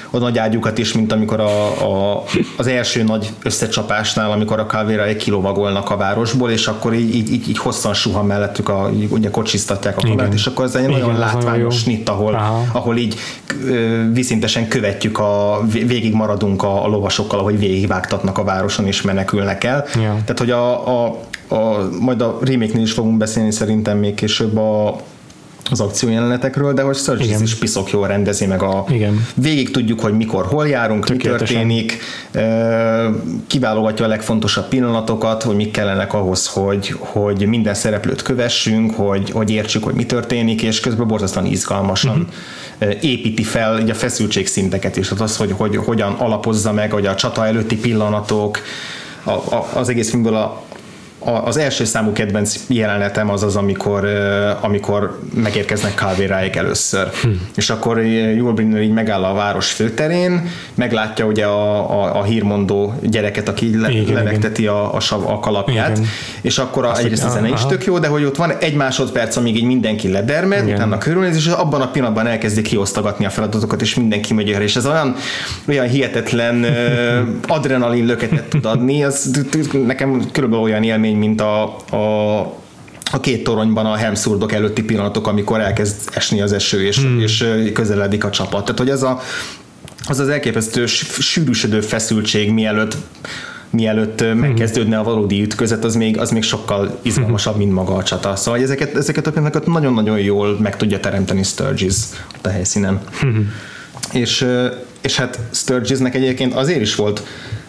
[SPEAKER 2] a nagy ágyukat is, mint amikor a, a, az első nagy összecsapásnál, amikor a Calvera-ék kilovagolnak a városból, és akkor így, így, így, így hosszan suhan mellettük, a, így, ugye kocsiztatják a kamerát, és akkor ez egy igen, nagyon látványos snitt, ahol, ahol így viszintesen követjük, a, végig maradunk a, a lovasokkal, ahogy végigvágtatnak a városon, és menekülnek el. Ja. Tehát, hogy a, a, a, majd a remake-nél is fogunk beszélni szerintem még később a az akciójelenetekről, de hogy Sturges is piszok jól rendezi meg a... Igen. Végig tudjuk, hogy mikor, hol járunk, mi történik, kiválogatja a legfontosabb pillanatokat, hogy mik kellenek ahhoz, hogy, hogy minden szereplőt kövessünk, hogy, hogy értsük, hogy mi történik, és közben borzasztóan izgalmasan uh-huh. építi fel ugye a feszültségszinteket is, tehát az, hogy, hogy hogyan alapozza meg, hogy a csata előtti pillanatok, a, a, az egész filmből a az első számú kedvenc jelenetem az az, amikor, amikor megérkeznek Calvera-ék először. Hm. És akkor Yul Brynner így megáll a város főterén, meglátja ugye a, a, a hírmondó gyereket, aki le, igen, levegteti igen. A, a, a kalapját, igen. És akkor a, egyrészt a zene is tök jó, de hogy ott van egy másodperc, amíg így mindenki ledermed, igen. Utána körülnéz, és abban a pillanatban elkezdi kiosztogatni a feladatokat, és mindenki megy erre, és ez olyan, olyan hihetetlen adrenalin löketet tud adni, az nekem körülbelül olyan élmény, mint a, a, a két toronyban a Hemsworthok előtti pillanatok, amikor elkezd esni az eső, és, hmm. és közeledik a csapat. Tehát, hogy ez a, az az elképesztő sűrűsödő feszültség, mielőtt mielőtt hmm. megkezdődne a valódi ütközet, az még, az még sokkal izgalmasabb, hmm. mint maga a csata. Szóval ezeket, ezeket a pillanatokat nagyon-nagyon jól meg tudja teremteni Sturges ott a helyszínen. Hmm. És, és hát Sturgesnek egyébként azért is volt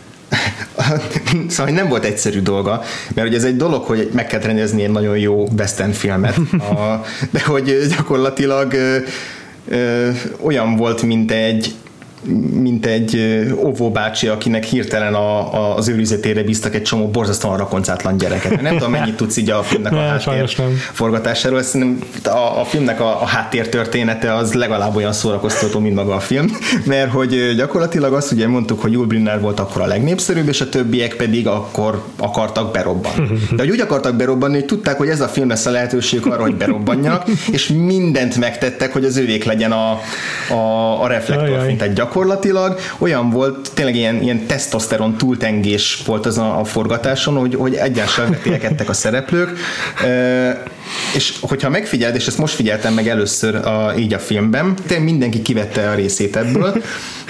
[SPEAKER 2] szóval nem volt egyszerű dolga, mert ugye ez egy dolog, hogy meg kell rendezni egy nagyon jó western filmet, a, de hogy gyakorlatilag ö, ö, olyan volt, mint egy mint egy óvóbácsi, akinek hirtelen a, a, az őrizetére bíztak egy csomó borzasztóan rakoncátlan gyereket. Nem tudom, mennyit tudsz így a filmnek a háttér forgatásáról. A, a filmnek a, a háttértörténete az legalább olyan szórakoztató, mint maga a film, mert hogy gyakorlatilag azt ugye mondtuk, hogy Yul Brynner volt akkor a legnépszerűbb, és a többiek pedig akkor akartak berobbanni. De hogy úgy akartak berobbanni, hogy tudták, hogy ez a film lesz a lehetőség arra, hogy berobbanjanak, és mindent megtettek, hogy az övék legyen a, a, a reflektorfény. Tehát gyakorlatilag olyan volt, tényleg ilyen, ilyen tesztoszteron túltengés volt az a, a forgatáson, hogy, hogy egyáltalán vetélkedtek a szereplők, e, és hogyha megfigyeld, és ezt most figyeltem meg először a, így a filmben, tényleg mindenki kivette a részét ebből,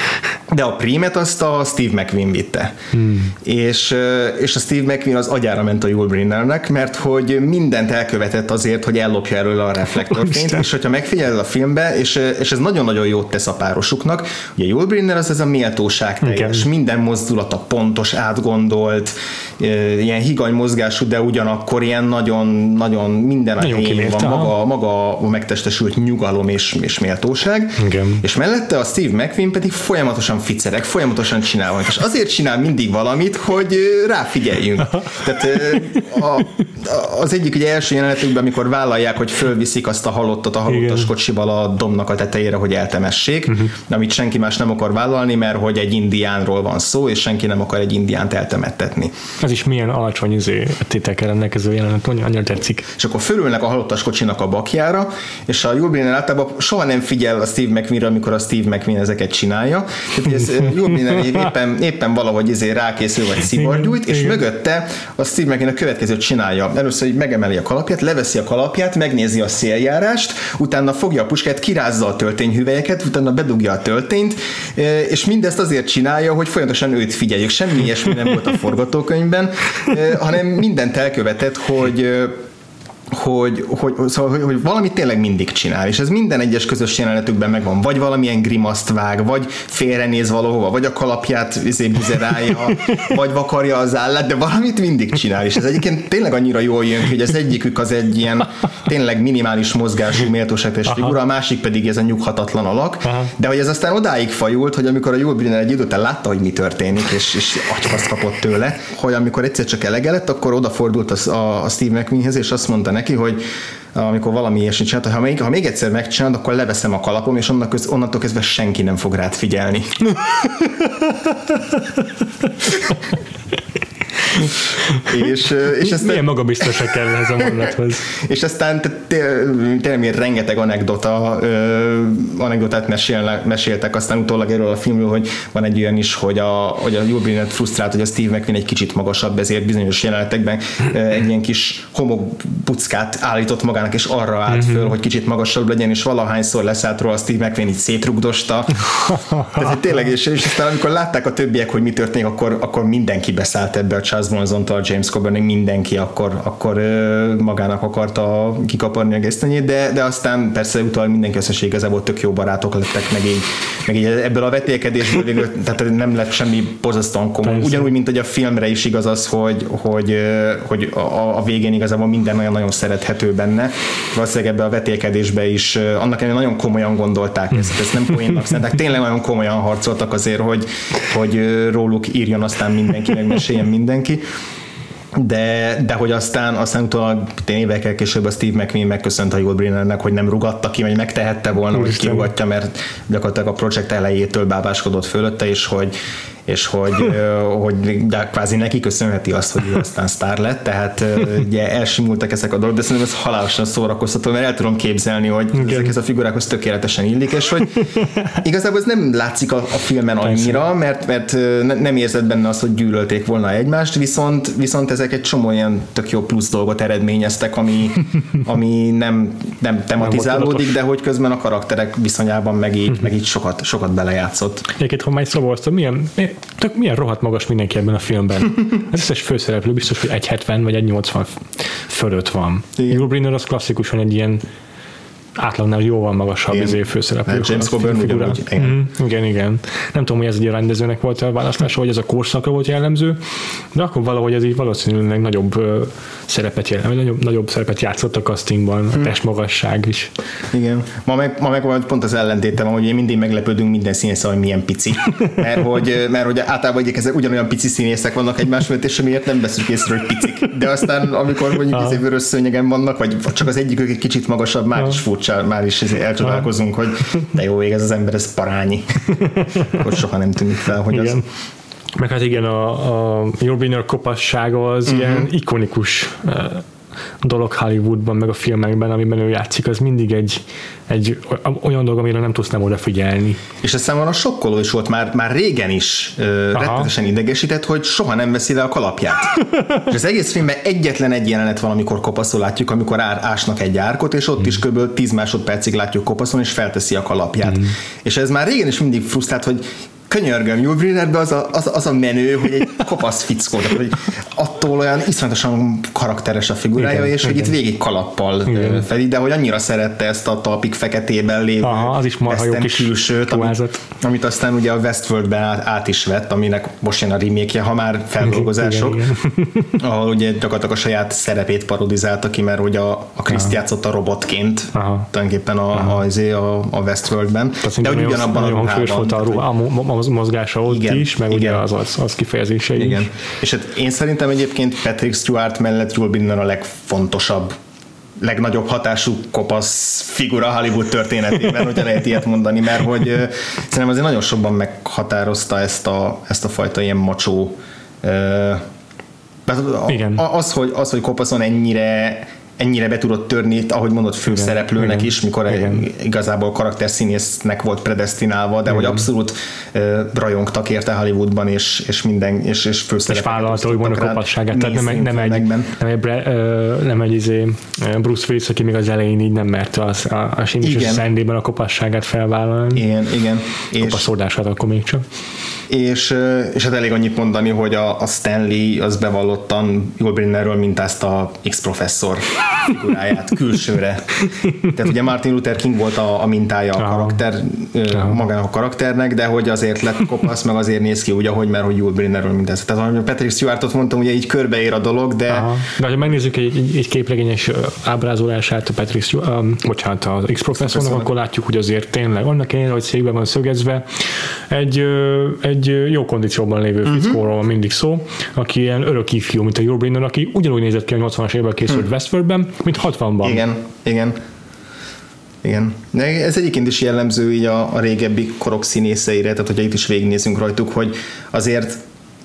[SPEAKER 2] de a prímet azt a Steve McQueen vitte. Hmm. És, és a Steve McQueen az agyára ment a Yul Brynnernek, mert hogy mindent elkövetett azért, hogy ellopja erről a reflektorfényt, és hogyha megfigyeled a filmbe, és, és ez nagyon-nagyon jót tesz a párosuknak, ugye Yul Brynner az ez a méltóság teljes, okay. Minden mozdulata pontos, átgondolt, ilyen higany mozgású, de ugyanakkor ilyen nagyon-nagyon minden a helyén van, maga, maga a megtestesült nyugalom és, és méltóság, okay. És mellette a Steve McQueen pedig folyamatosan ficerek, folyamatosan csinál, és azért csinál mindig valamit, hogy ráfigyeljünk. Tehát a, az egyik ugye első jelenetükben, amikor vállalják, hogy fölviszik azt a halottat a halottas kocsival a dombnak a tetejére, hogy eltemessék, uh-huh. Amit senki más nem akar vállalni, mert hogy egy indiánról van szó, és senki nem akar egy indiánt eltemettetni.
[SPEAKER 1] Ez is milyen alacsony tételkel rendelkező jelenet, annyira tetszik.
[SPEAKER 2] És akkor fölülnek a halottas kocsinak a bakjára, és a Yul Brynner általában soha nem figyel a Steve McQueenre, amikor a Steve McQueen ezeket csinálja. Ez Yul Brynner éppen, éppen valahogy izé rákészül, vagy szivargyújt, és igen. Mögötte a Steve McQueen a következőt csinálja. Először így megemeli a kalapját, leveszi a kalapját, megnézi a széljárást, utána fogja a puskát, kirázza a töltényhüvelyeket, utána bedugja a töltényt, és mindezt azért csinálja, hogy folyamatosan őt figyeljük. Semmi ilyesmi nem volt a forgatókönyvben, hanem mindent elkövetett, hogy Hogy, hogy, szóval, hogy, hogy valamit tényleg mindig csinál, és ez minden egyes közös jelenetükben megvan, vagy valamilyen grimaszt vág, vagy félrenéz valahova, vagy a kalapját buzerálja, vagy vakarja az állát, de valamit mindig csinál, és ez egyébként tényleg annyira jól jön ki, hogy az egyikük az egy ilyen tényleg minimális mozgású méltóságos figura, a másik pedig ez a nyughatatlan alak, aha. De hogy ez aztán odáig fajult, hogy amikor a Yul Brynner egy idő után látta, hogy mi történik, és, és agyfaszt kapott tőle, hogy amikor egyszer csak elege lett, akkor odafordult a, a, a Steve McQueenhez, és azt mondta neki, hogy amikor valami ilyesmit csinált, ha még, ha még egyszer megcsinálod, akkor leveszem a kalapom, és onnan köz, onnantól kezdve senki nem fog rád figyelni. és, és aztán,
[SPEAKER 1] milyen magabiztosak kell ez a mondathoz.
[SPEAKER 2] És aztán tényleg rengeteg anekdota, anekdotát mesélnek, meséltek aztán utólag erről a filmről, hogy van egy olyan is, hogy a, hogy a Yul Brynner frusztrált, hogy a Steve McQueen egy kicsit magasabb, ezért bizonyos jelenetekben egy ilyen kis homokbuckát állított magának, és arra állt föl, mm-hmm. hogy kicsit magasabb legyen, és valahányszor leszállt róla, a Steve McQueen így szétrugdosta. Tehát tényleg, és, és aztán amikor látták a többiek, hogy mi történik, akkor, akkor mindenki beszállt ebbe, a Charles Bronson-tól, James Coburnig, mindenki akkor, akkor magának akarta kikaparni a gesztenyét, de, de aztán persze utána mindenki összeség igazából tök jó barátok lettek, meg így, meg így ebből a vetélkedésből végül, tehát nem lett semmi borzasztóan komoly. Ugyanúgy, mint hogy a filmre is igaz az, hogy, hogy, hogy a, a végén igazából minden nagyon-nagyon szerethető benne. Valószínűleg ebbe a vetélkedésbe is annak ellenére nagyon komolyan gondolták ezt, ezt nem poénnak szánták, tényleg nagyon komolyan harcoltak azért, hogy, hogy róluk írjon aztán mindenki, meg meséljen mindenki. De, de hogy aztán, aztán utólag évekkel később a Steve McQueen megköszönt a Yul Brynnernek, hogy nem rugatta ki, vagy megtehette volna, hogy kirugatja, mert gyakorlatilag a projekt elejétől bábáskodott fölötte, és hogy és hogy, hogy de kvázi neki köszönheti azt, hogy ő aztán sztár lett, tehát ugye elsimultak ezek a dolgok, de szerintem ez halálosan szórakoztató, mert el tudom képzelni, hogy ezekhez a figurákhoz tökéletesen illik, és hogy igazából ez nem látszik a, a filmen annyira, mert, mert nem érzed benne azt, hogy gyűlölték volna egymást, viszont, viszont ezek egy csomó ilyen tök jó plusz dolgot eredményeztek, ami, ami nem, nem tematizálódik, de hogy közben a karakterek viszonyában meg így, meg így sokat, sokat belejátszott.
[SPEAKER 1] Egyébként, ha már egy szóval milyen tök milyen rohadt magas mindenki ebben a filmben. Az összes főszereplő biztos, hogy egy hetven vagy egy nyolcvan fölött van. Yul Brynner az klasszikusan egy ilyen átlagnál jóval magasabb izé főszereplő.
[SPEAKER 2] James Coburn ugyanúgy.
[SPEAKER 1] Igen. Mm, igen, igen. Nem tudom, hogy ez egy a rendezőnek volt a választása, vagy ez a korszakra volt jellemző, de akkor valahogy ez így valószínűleg nagyobb uh, szerepet jelent, nagyobb, nagyobb szerepet játszott a castingban, a testmagasság is.
[SPEAKER 2] Igen. Ma meg, ma meg pont az ellentéte van, hogy én mindig meglepődünk minden színésszel, hogy milyen pici. Mert hogy, mert hogy általában ezek ugyanolyan pici színészek vannak egymás mellett, és miért nem veszünk észre, hogy picik. De aztán, amikor mondjuk ah. vörös szőnyegen vannak, vagy csak az egyikük egy kicsit magasabb, már ah. is furcsa. Már is elcsodálkozunk, hogy de jó ég, ez az ember, ez parányi. Akkor soha nem tűnik fel, hogy igen. Az...
[SPEAKER 1] Meg hát igen, a, a Yul Brynner kopassága az uh-huh. ilyen ikonikus uh, dolog Hollywoodban, meg a filmekben, amiben ő játszik, az mindig egy, egy olyan dolog, amire nem tudsz nem odafigyelni.
[SPEAKER 2] És ez számomra sokkoló is volt, már, már régen is uh, rettenetesen idegesített, hogy soha nem veszi le a kalapját. És az egész filmben egyetlen egy jelenet van, amikor kopaszul látjuk, amikor ár, ásnak egy árkot, és ott mm. is kb. tíz másodpercig látjuk kopaszon, és felteszi a kalapját. Mm. És ez már régen is mindig frusztrált, hogy könyörgöm, Yul Brynnerben az a, az, az a menő, hogy egy kopasz fickó, tehát, hogy attól olyan iszonyatosan karakteres a figurája, igen, és igen. hogy itt végig kalappal igen. fedi, de hogy annyira szerette ezt a talpig feketében lévő
[SPEAKER 1] aha, az is marha jó kis
[SPEAKER 2] külsőt, amit, amit aztán ugye a Westworldben át, át is vett, aminek most jön a remake-je, ha már feldolgozások, igen, igen. ahol ugye gyakorlatilag a saját szerepét parodizálta ki, mert ugye a, a Christ játszotta robotként, aha. tulajdonképpen a, a, a, a Westworldben.
[SPEAKER 1] Tehát de hogy ugyanabban a ruhában az mozgása ott igen, is, meg igen. ugye az, az, az kifejezése igen. is.
[SPEAKER 2] És hát én szerintem egyébként Patrick Stewart mellett Yul Brynner a legfontosabb, legnagyobb hatású kopasz figura Hollywood történetében, hogyha lehet ilyet mondani, mert hogy uh, szerintem azért nagyon sokban meghatározta ezt a, ezt a fajta ilyen macsó uh, igen. Az, hogy, az, hogy kopaszon ennyire ennyire be tudott törni, ahogy mondott, főszereplőnek igen, is, mikor igen. igazából karakterszínésznek volt predesztinálva, de igen. hogy abszolút uh, rajongtak érte Hollywoodban, és, és minden, és, és főszereplőnek.
[SPEAKER 1] És vállalta, hogy van a kopasságát, tehát nem, nem, nem, egy, nem egy, uh, nem egy izé, Bruce Willis, aki még az elején így nem merte az, a, a Sincs és a Szendében a kopasságát felvállalni.
[SPEAKER 2] Igen, igen.
[SPEAKER 1] Kopaszódását akkor még csak.
[SPEAKER 2] És, és hát elég annyit mondani, hogy a, a Stanley az bevallottan Yul Brynnerről mintázta X-professzor figuráját külsőre. Tehát ugye Martin Luther King volt a, a mintája a karakter, aha. magának a karakternek, de hogy azért lett kopasz, meg azért néz ki úgy, ahogy már, hogy Yul Brynnerről mintázta. Tehát ahogy Patrick Stewartot mondtam, ugye így körbeér a dolog, de...
[SPEAKER 1] Aha. De ha megnézzük egy, egy, egy képregényes ábrázolását a Patrick Stewart, um, bocsánat, az X-professzornak, akkor látjuk, hogy azért tényleg annak ellenére, hogy székben van szögezve, egy, egy jó kondícióban lévő uh-huh. fickóról van mindig szó, aki ilyen örök ifjú, mint a Yul Brynner, aki ugyanúgy nézett ki a nyolcvanas években készült uh-huh. Westworldben, mint hatvanban.
[SPEAKER 2] Igen, igen. Igen. De ez egyébként is jellemző így a, a régebbi korok színészeire, tehát hogyha itt is végignézünk rajtuk, hogy azért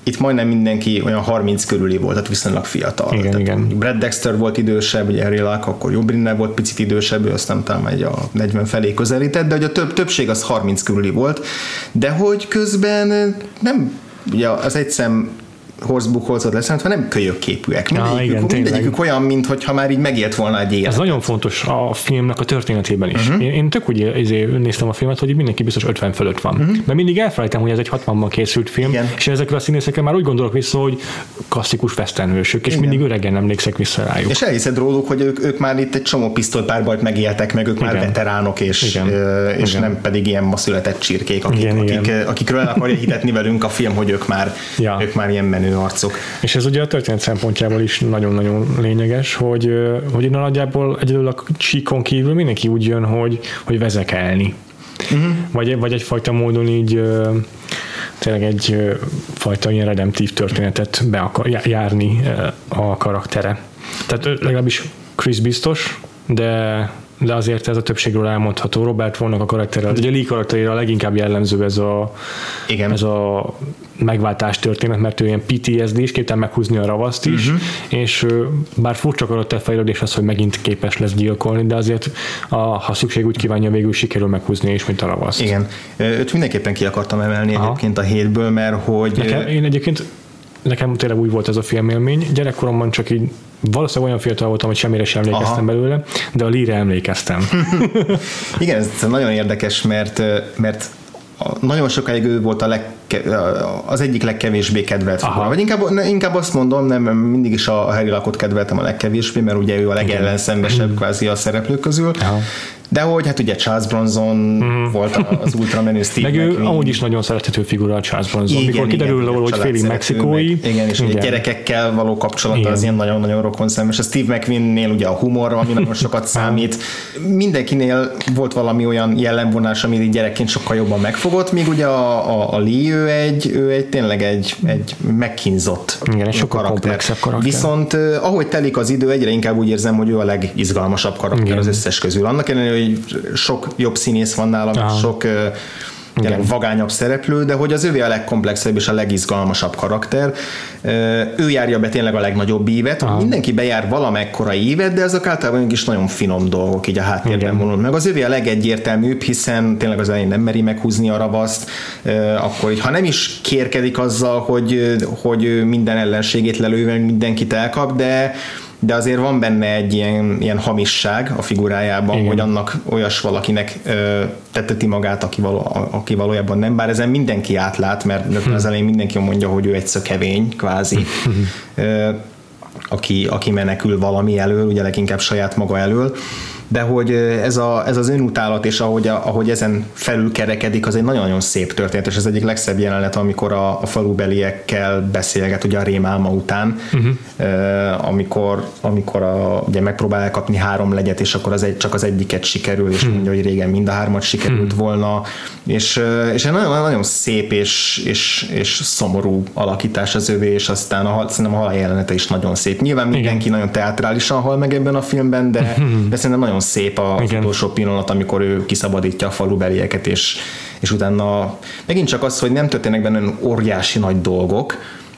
[SPEAKER 2] itt majdnem mindenki olyan harminc körüli volt, tehát viszonylag fiatal.
[SPEAKER 1] Igen, igen.
[SPEAKER 2] Brad Dexter volt idősebb, ugye Harry Luck, akkor Hugh Brynner volt picit idősebb, ő aztán talán egy a negyven felé közelített, de hogy a több, többség az harminc körüli volt, de hogy közben nem, ugye az egyszem Horsbuchholzot leszámítva nem kölyökképűek. Mindegyikük, ja, mindegyikük olyan, mintha már így megélt volna egy élet.
[SPEAKER 1] Ez nagyon fontos a filmnek a történetében is. Uh-huh. Én, én tök úgy néztem a filmet, hogy mindenki biztos ötven fölött van. Uh-huh. Mert mindig elfelejtem, hogy ez egy hatvanban készült film, igen. és ezekre a színészekre már úgy gondolok vissza, hogy klasszikus westernhősök, és igen. mindig öregen emlékszek vissza rájuk.
[SPEAKER 2] És elhiszed róluk, hogy ők, ők már itt egy csomó pisztolypárbajt megéltek, meg ők igen. már veteránok, és, és igen. nem pedig ilyen ma született csirkék, akik, igen, akik, igen. akikről el akarja hitetni velünk a film, hogy ők már, ja. ők már ilyen menő arcok. És
[SPEAKER 1] ez ugye a történet szempontjából is nagyon-nagyon lényeges, hogy, hogy innen nagyjából egyedül a csíkon kívül mindenki úgy jön, hogy, hogy vezekelni. Uh-huh. Vagy, vagy egyfajta módon így tényleg egy fajta ilyen redemptív történetet be akar járni a karaktere. Tehát legalábbis Chris biztos, de de azért ez a többségről elmondható. Robert Vaughan-nak a karaktere, ugye Lee karakterére a leginkább jellemző ez a, igen. ez a megváltás történet, mert ő ilyen pé té es dé-s, képtelen meghúzni a ravaszt is, uh-huh. és bár furcsa karakterfejlődés az, hogy megint képes lesz gyilkolni, de azért a, ha szükség úgy kívánja, végül sikerül meghúzni is, mint a ravaszt.
[SPEAKER 2] Igen. Őt mindenképpen ki akartam emelni Aha. egyébként a hétből, mert hogy...
[SPEAKER 1] Nekem, én egyébként nekem tényleg úgy volt ez a filmélmény. Gyerekkoromban csak így valószínűleg olyan fiatal voltam, hogy semmire sem emlékeztem Aha. belőle, de a Lee-re emlékeztem.
[SPEAKER 2] Igen, ez nagyon érdekes, mert, mert nagyon sokáig ő volt a leg, az egyik legkevésbé kedvelt figura. Vagy inkább, inkább azt mondom, nem, mindig is a Harry Luckot kedveltem a legkevésbé, mert ugye ő a legellenszenvesebb kvázi a szereplők közül. Aha. De hogy hát ugye Charles Bronson mm. volt az ultramenő Steve
[SPEAKER 1] Meg ő amúgy is nagyon szerethető figura a Charles Bronson. Igen, mikor kiderül róla, hogy félig mexikói.
[SPEAKER 2] Meg, igen, és igen. gyerekekkel való kapcsolata igen. az ilyen nagyon-nagyon rokonszenves. A Steve McQueen-nél ugye a humor, ami nagyon sokat számít. Mindenkinél volt valami olyan jellemvonás, amit gyerekként sokkal jobban megfogott, míg ugye a, a, a Lee, ő egy, ő egy tényleg egy, egy megkínzott
[SPEAKER 1] igen, egy sokkal komplexebb karakter.
[SPEAKER 2] Viszont ahogy telik az idő, egyre inkább úgy érzem, hogy ő a legizgalmasabb karakter igen. az összes közül. Annak ellenére, hogy sok jobb színész van nálam, Aha. sok uh, vagányabb szereplő, de hogy az övé a legkomplexebb és a legizgalmasabb karakter. Uh, ő járja be tényleg a legnagyobb ívet, hogy mindenki bejár valamekkora ívet, de ezek általában is nagyon finom dolgok így a háttérben vonul meg. Az övé a legegyértelműbb, hiszen tényleg az elején nem meri meghúzni a ravaszt, uh, akkor így, ha nem is kérkedik azzal, hogy, hogy minden ellenségét lelőve mindenkit elkap, de de azért van benne egy ilyen, ilyen hamisság a figurájában, igen. hogy annak olyas valakinek ö, tetteti magát, aki, való, aki valójában nem, bár ezen mindenki átlát, mert hm. az elején mindenki mondja, hogy ő egy szökevény, kvázi, ö, aki, aki menekül valami elől, ugye leginkább saját maga elől, de hogy ez, a, ez az önutálat, és ahogy, a, ahogy ezen felül kerekedik, az egy nagyon-nagyon szép történet, és ez egyik legszebb jelenet, amikor a, a falubeliekkel beszélget, ugye a rémálma után, uh-huh. eh, amikor, amikor a, ugye megpróbál elkapni három legyet, és akkor az egy, csak az egyiket sikerül, és uh-huh. mondja, hogy régen mind a hármat sikerült uh-huh. volna, és, és egy nagyon, nagyon szép és, és, és szomorú alakítás az övé, és aztán a, szerintem a halál jelenete is nagyon szép. Nyilván mindenki igen. nagyon teátrálisan hal meg ebben a filmben, de, uh-huh. de szerintem nagyon szép az igen. utolsó pillanat, amikor ő kiszabadítja a falubelieket, és, és utána megint csak az, hogy nem történnek benne óriási nagy dolgok,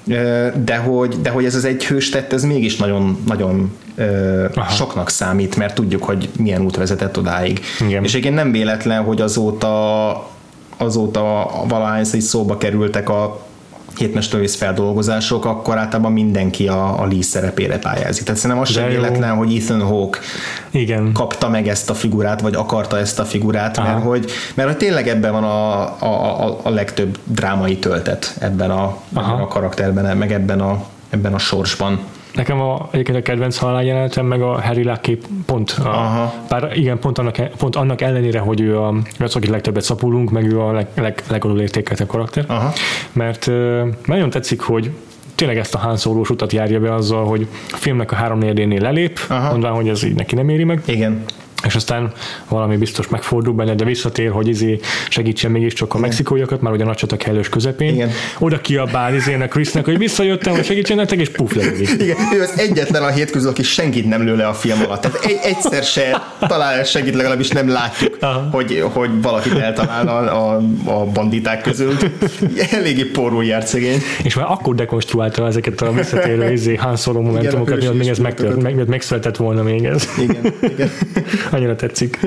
[SPEAKER 2] de hogy, de hogy ez az egy hős tett, ez mégis nagyon, nagyon soknak számít, mert tudjuk, hogy milyen út vezetett odáig. Igen. És egyébként nem véletlen, hogy azóta azóta valahányszor szóba kerültek a hétmesterlövész feldolgozások, akkor általában mindenki a, a Lee szerepére pályázik. Tehát szerintem az sem véletlen, hogy Ethan Hawke igen. kapta meg ezt a figurát, vagy akarta ezt a figurát, mert hogy, mert hogy tényleg ebben van a, a, a legtöbb drámai töltet ebben a, ebben a karakterben, meg ebben a, ebben a sorsban.
[SPEAKER 1] Nekem a, egyébként a kedvenc haláljáletem meg a Harry Lucky pont. A, bár igen, pont annak, pont annak ellenére, hogy ő a, az, akit legtöbbet szapulunk, meg ő a leg, leg, legalul értékeltebb karakter. Aha. Mert uh, nagyon tetszik, hogy tényleg ezt a Han Solo-s utat járja be azzal, hogy a filmnek a háromnegyedénél lelép, mondván, hogy ez így neki nem éri meg.
[SPEAKER 2] Igen.
[SPEAKER 1] és aztán valami biztos megfordul benne, de visszatér, hogy izé segítsen mégiscsak a mexikóiakat, már ugye a nagy csata kellős közepén. Igen. Oda kiabál izének Chrisnek, hogy visszajöttem, hogy segítsen nektek, és puf, lelődik.
[SPEAKER 2] Igen, ő az egyetlen a hét közül, aki senkit nem lő le a film alatt. Tehát egy, egyszer se talál segít, legalábbis nem látjuk, hogy, hogy valakit eltalál a, a, a banditák közül. Eléggé porul járt szegény.
[SPEAKER 1] És már akkor dekonstruálta ezeket a visszatérő izé Han Solo momentumokat, miatt még ez meg, meg, megszületett volna még ez.
[SPEAKER 2] Igen, igen.
[SPEAKER 1] Annyira tetszik.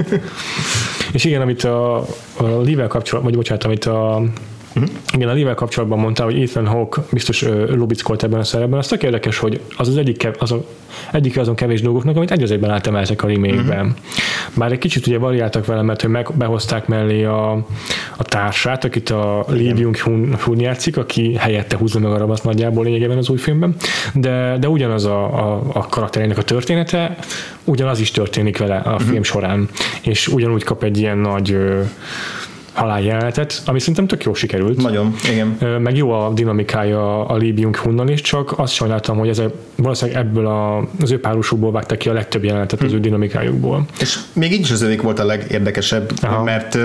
[SPEAKER 1] És igen, amit a, a Lee-vel kapcsolatban, vagy bocsánat, amit a Uh-huh. igen, a Lee-vel kapcsolatban mondtál, hogy Ethan Hawke biztos uh, lubickolt ebben a szerepben. Az tök érdekes, hogy az az egyik, az a, egyik azon kevés dolgoknak, amit egy az egyben átemeltek a remake-ben. Uh-huh. Bár egy kicsit ugye variáltak vele, mert hogy meg, behozták mellé a, a társát, akit a Lee Byung-hun játszik, aki helyette húzza meg a rabasz nagyjából lényegében az új filmben, de, de ugyanaz a, a, a karakterének a története, ugyanaz is történik vele a uh-huh. film során, és ugyanúgy kap egy ilyen nagy uh, haláljelenetet, ami szerintem tök jól sikerült.
[SPEAKER 2] Nagyon, igen.
[SPEAKER 1] Meg jó a dinamikája a Lee Byung-hunnal is, csak azt sajnáltam, hogy ez valószínűleg ebből a, az ő párosukból vágták ki a legtöbb jelenetet az ő dinamikájukból.
[SPEAKER 2] És még így is az övék volt a legérdekesebb, Aha. mert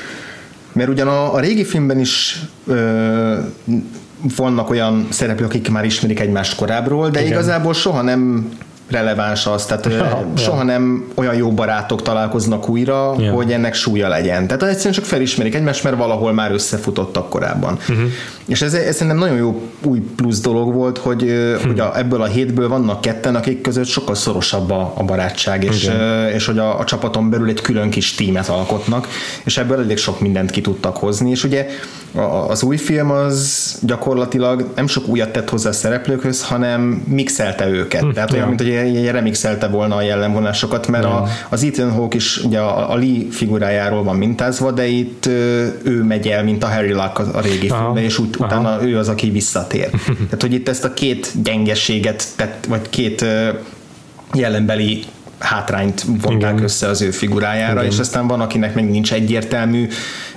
[SPEAKER 2] mert ugyan a, a régi filmben is ö, vannak olyan szereplők, akik már ismerik egymást korábbról, de igen. igazából soha nem releváns az, tehát ja, soha ja. nem olyan jó barátok találkoznak újra, ja. hogy ennek súlya legyen. Tehát egyszerűen csak felismerik egymást, mert valahol már összefutottak korábban. Uh-huh. És ez, ez szerintem nagyon jó új plusz dolog volt, hogy, uh-huh. hogy a, ebből a hétből vannak ketten, akik között sokkal szorosabb a, a barátság, és, okay. és hogy a, a csapaton belül egy külön kis tímet alkotnak, és ebből elég sok mindent ki tudtak hozni, és ugye az új film az gyakorlatilag nem sok újat tett hozzá a szereplőkhöz, hanem mixelte őket. Uh-huh. Tehát olyan, mint hogy remixelte volna a jellemvonásokat, mert a, az Ethan Hawke is ugye a, a Lee figurájáról van mintázva, de itt ő megy el, mint a Harry Luck a, a régi Aha. filmben, és ut- utána Aha. ő az, aki visszatér. Tehát, hogy itt ezt a két gyengességet, tett, vagy két jellembeli hátrányt vonták Igen. össze az ő figurájára, Igen. és aztán van, akinek meg nincs egyértelmű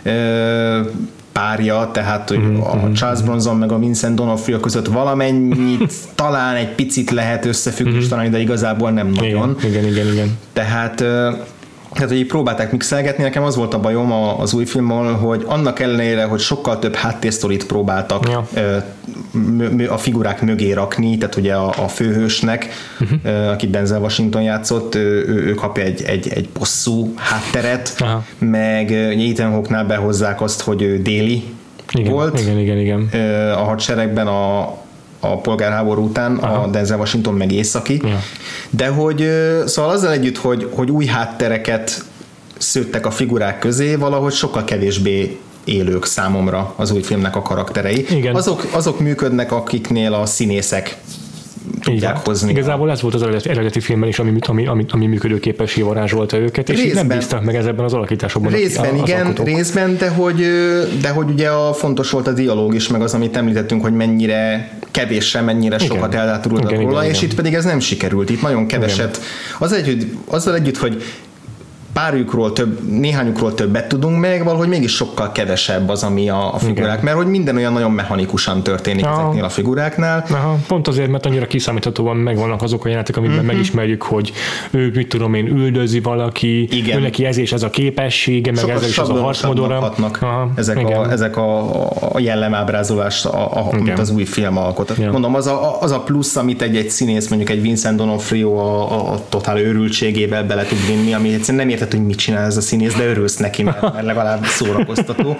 [SPEAKER 2] párja, tehát hogy mm-hmm. a Charles Bronson meg a Vincent D'Onofrio között valamennyit talán egy picit lehet összefüggés mm-hmm. talán, de igazából nem nagyon.
[SPEAKER 1] Igen, igen, igen. igen.
[SPEAKER 2] Tehát, tehát, hogy így próbálták mixelgetni, nekem az volt a bajom az új filmmel, hogy annak ellenére, hogy sokkal több háttérsztorit próbáltak ja. a figurák mögé rakni, tehát ugye a, a főhősnek, uh-huh. akit Denzel Washington játszott, ő, ő kap egy, egy, egy bosszú hátteret, Aha. meg Ethan Hawke-nál behozzák azt, hogy ő déli
[SPEAKER 1] igen,
[SPEAKER 2] volt
[SPEAKER 1] igen, igen, igen.
[SPEAKER 2] a hadseregben a a polgárháború után, Aha. a Denzel Washington meg északi, ja. de hogy szóval azzal együtt, hogy, hogy új háttereket szőttek a figurák közé, valahogy sokkal kevésbé élők számomra az új filmnek a karakterei. Igen. Azok, azok működnek, akiknél a színészek tudják hozni.
[SPEAKER 1] Igazából ez volt az eredeti, eredeti filmben is, ami, ami, ami, ami működőképessé varázsolta őket, és részben, nem bíztak meg ezekben az alakításokban.
[SPEAKER 2] Részben, a, igen, alkotók. részben, de hogy, de hogy ugye a fontos volt a dialógus, meg az, amit említettünk, hogy mennyire kevéssel, mennyire igen. sokat elátulodnak róla, és igen. itt pedig ez nem sikerült. Itt nagyon keveset. Az együtt, azzal együtt, hogy párjukról több, néhányukról többet tudunk meg, valahogy mégis sokkal kevesebb az, ami a, a figurák, Igen. mert hogy minden olyan nagyon mechanikusan történik Aha. ezeknél a figuráknál.
[SPEAKER 1] Aha. Pont azért, mert annyira kiszámíthatóan megvannak azok a jelenetek, amiben uh-huh. megismerjük, hogy ő, mit tudom én, üldözi valaki, Igen. ő neki ez és ez a képessége, meg ez is az a harcmodora.
[SPEAKER 2] Ezek, a, ezek a, a jellemábrázolás, a, a, amit az új film alkot. Ja. Mondom, az a, az a plusz, amit egy, egy színész, mondjuk egy Vincent D'Onofrio a, a totál őrültségével bele tud vinni, ami egyszerűen nem tehát, hogy mit csinál ez a színész, de örülsz neki, mert, mert legalább szórakoztató.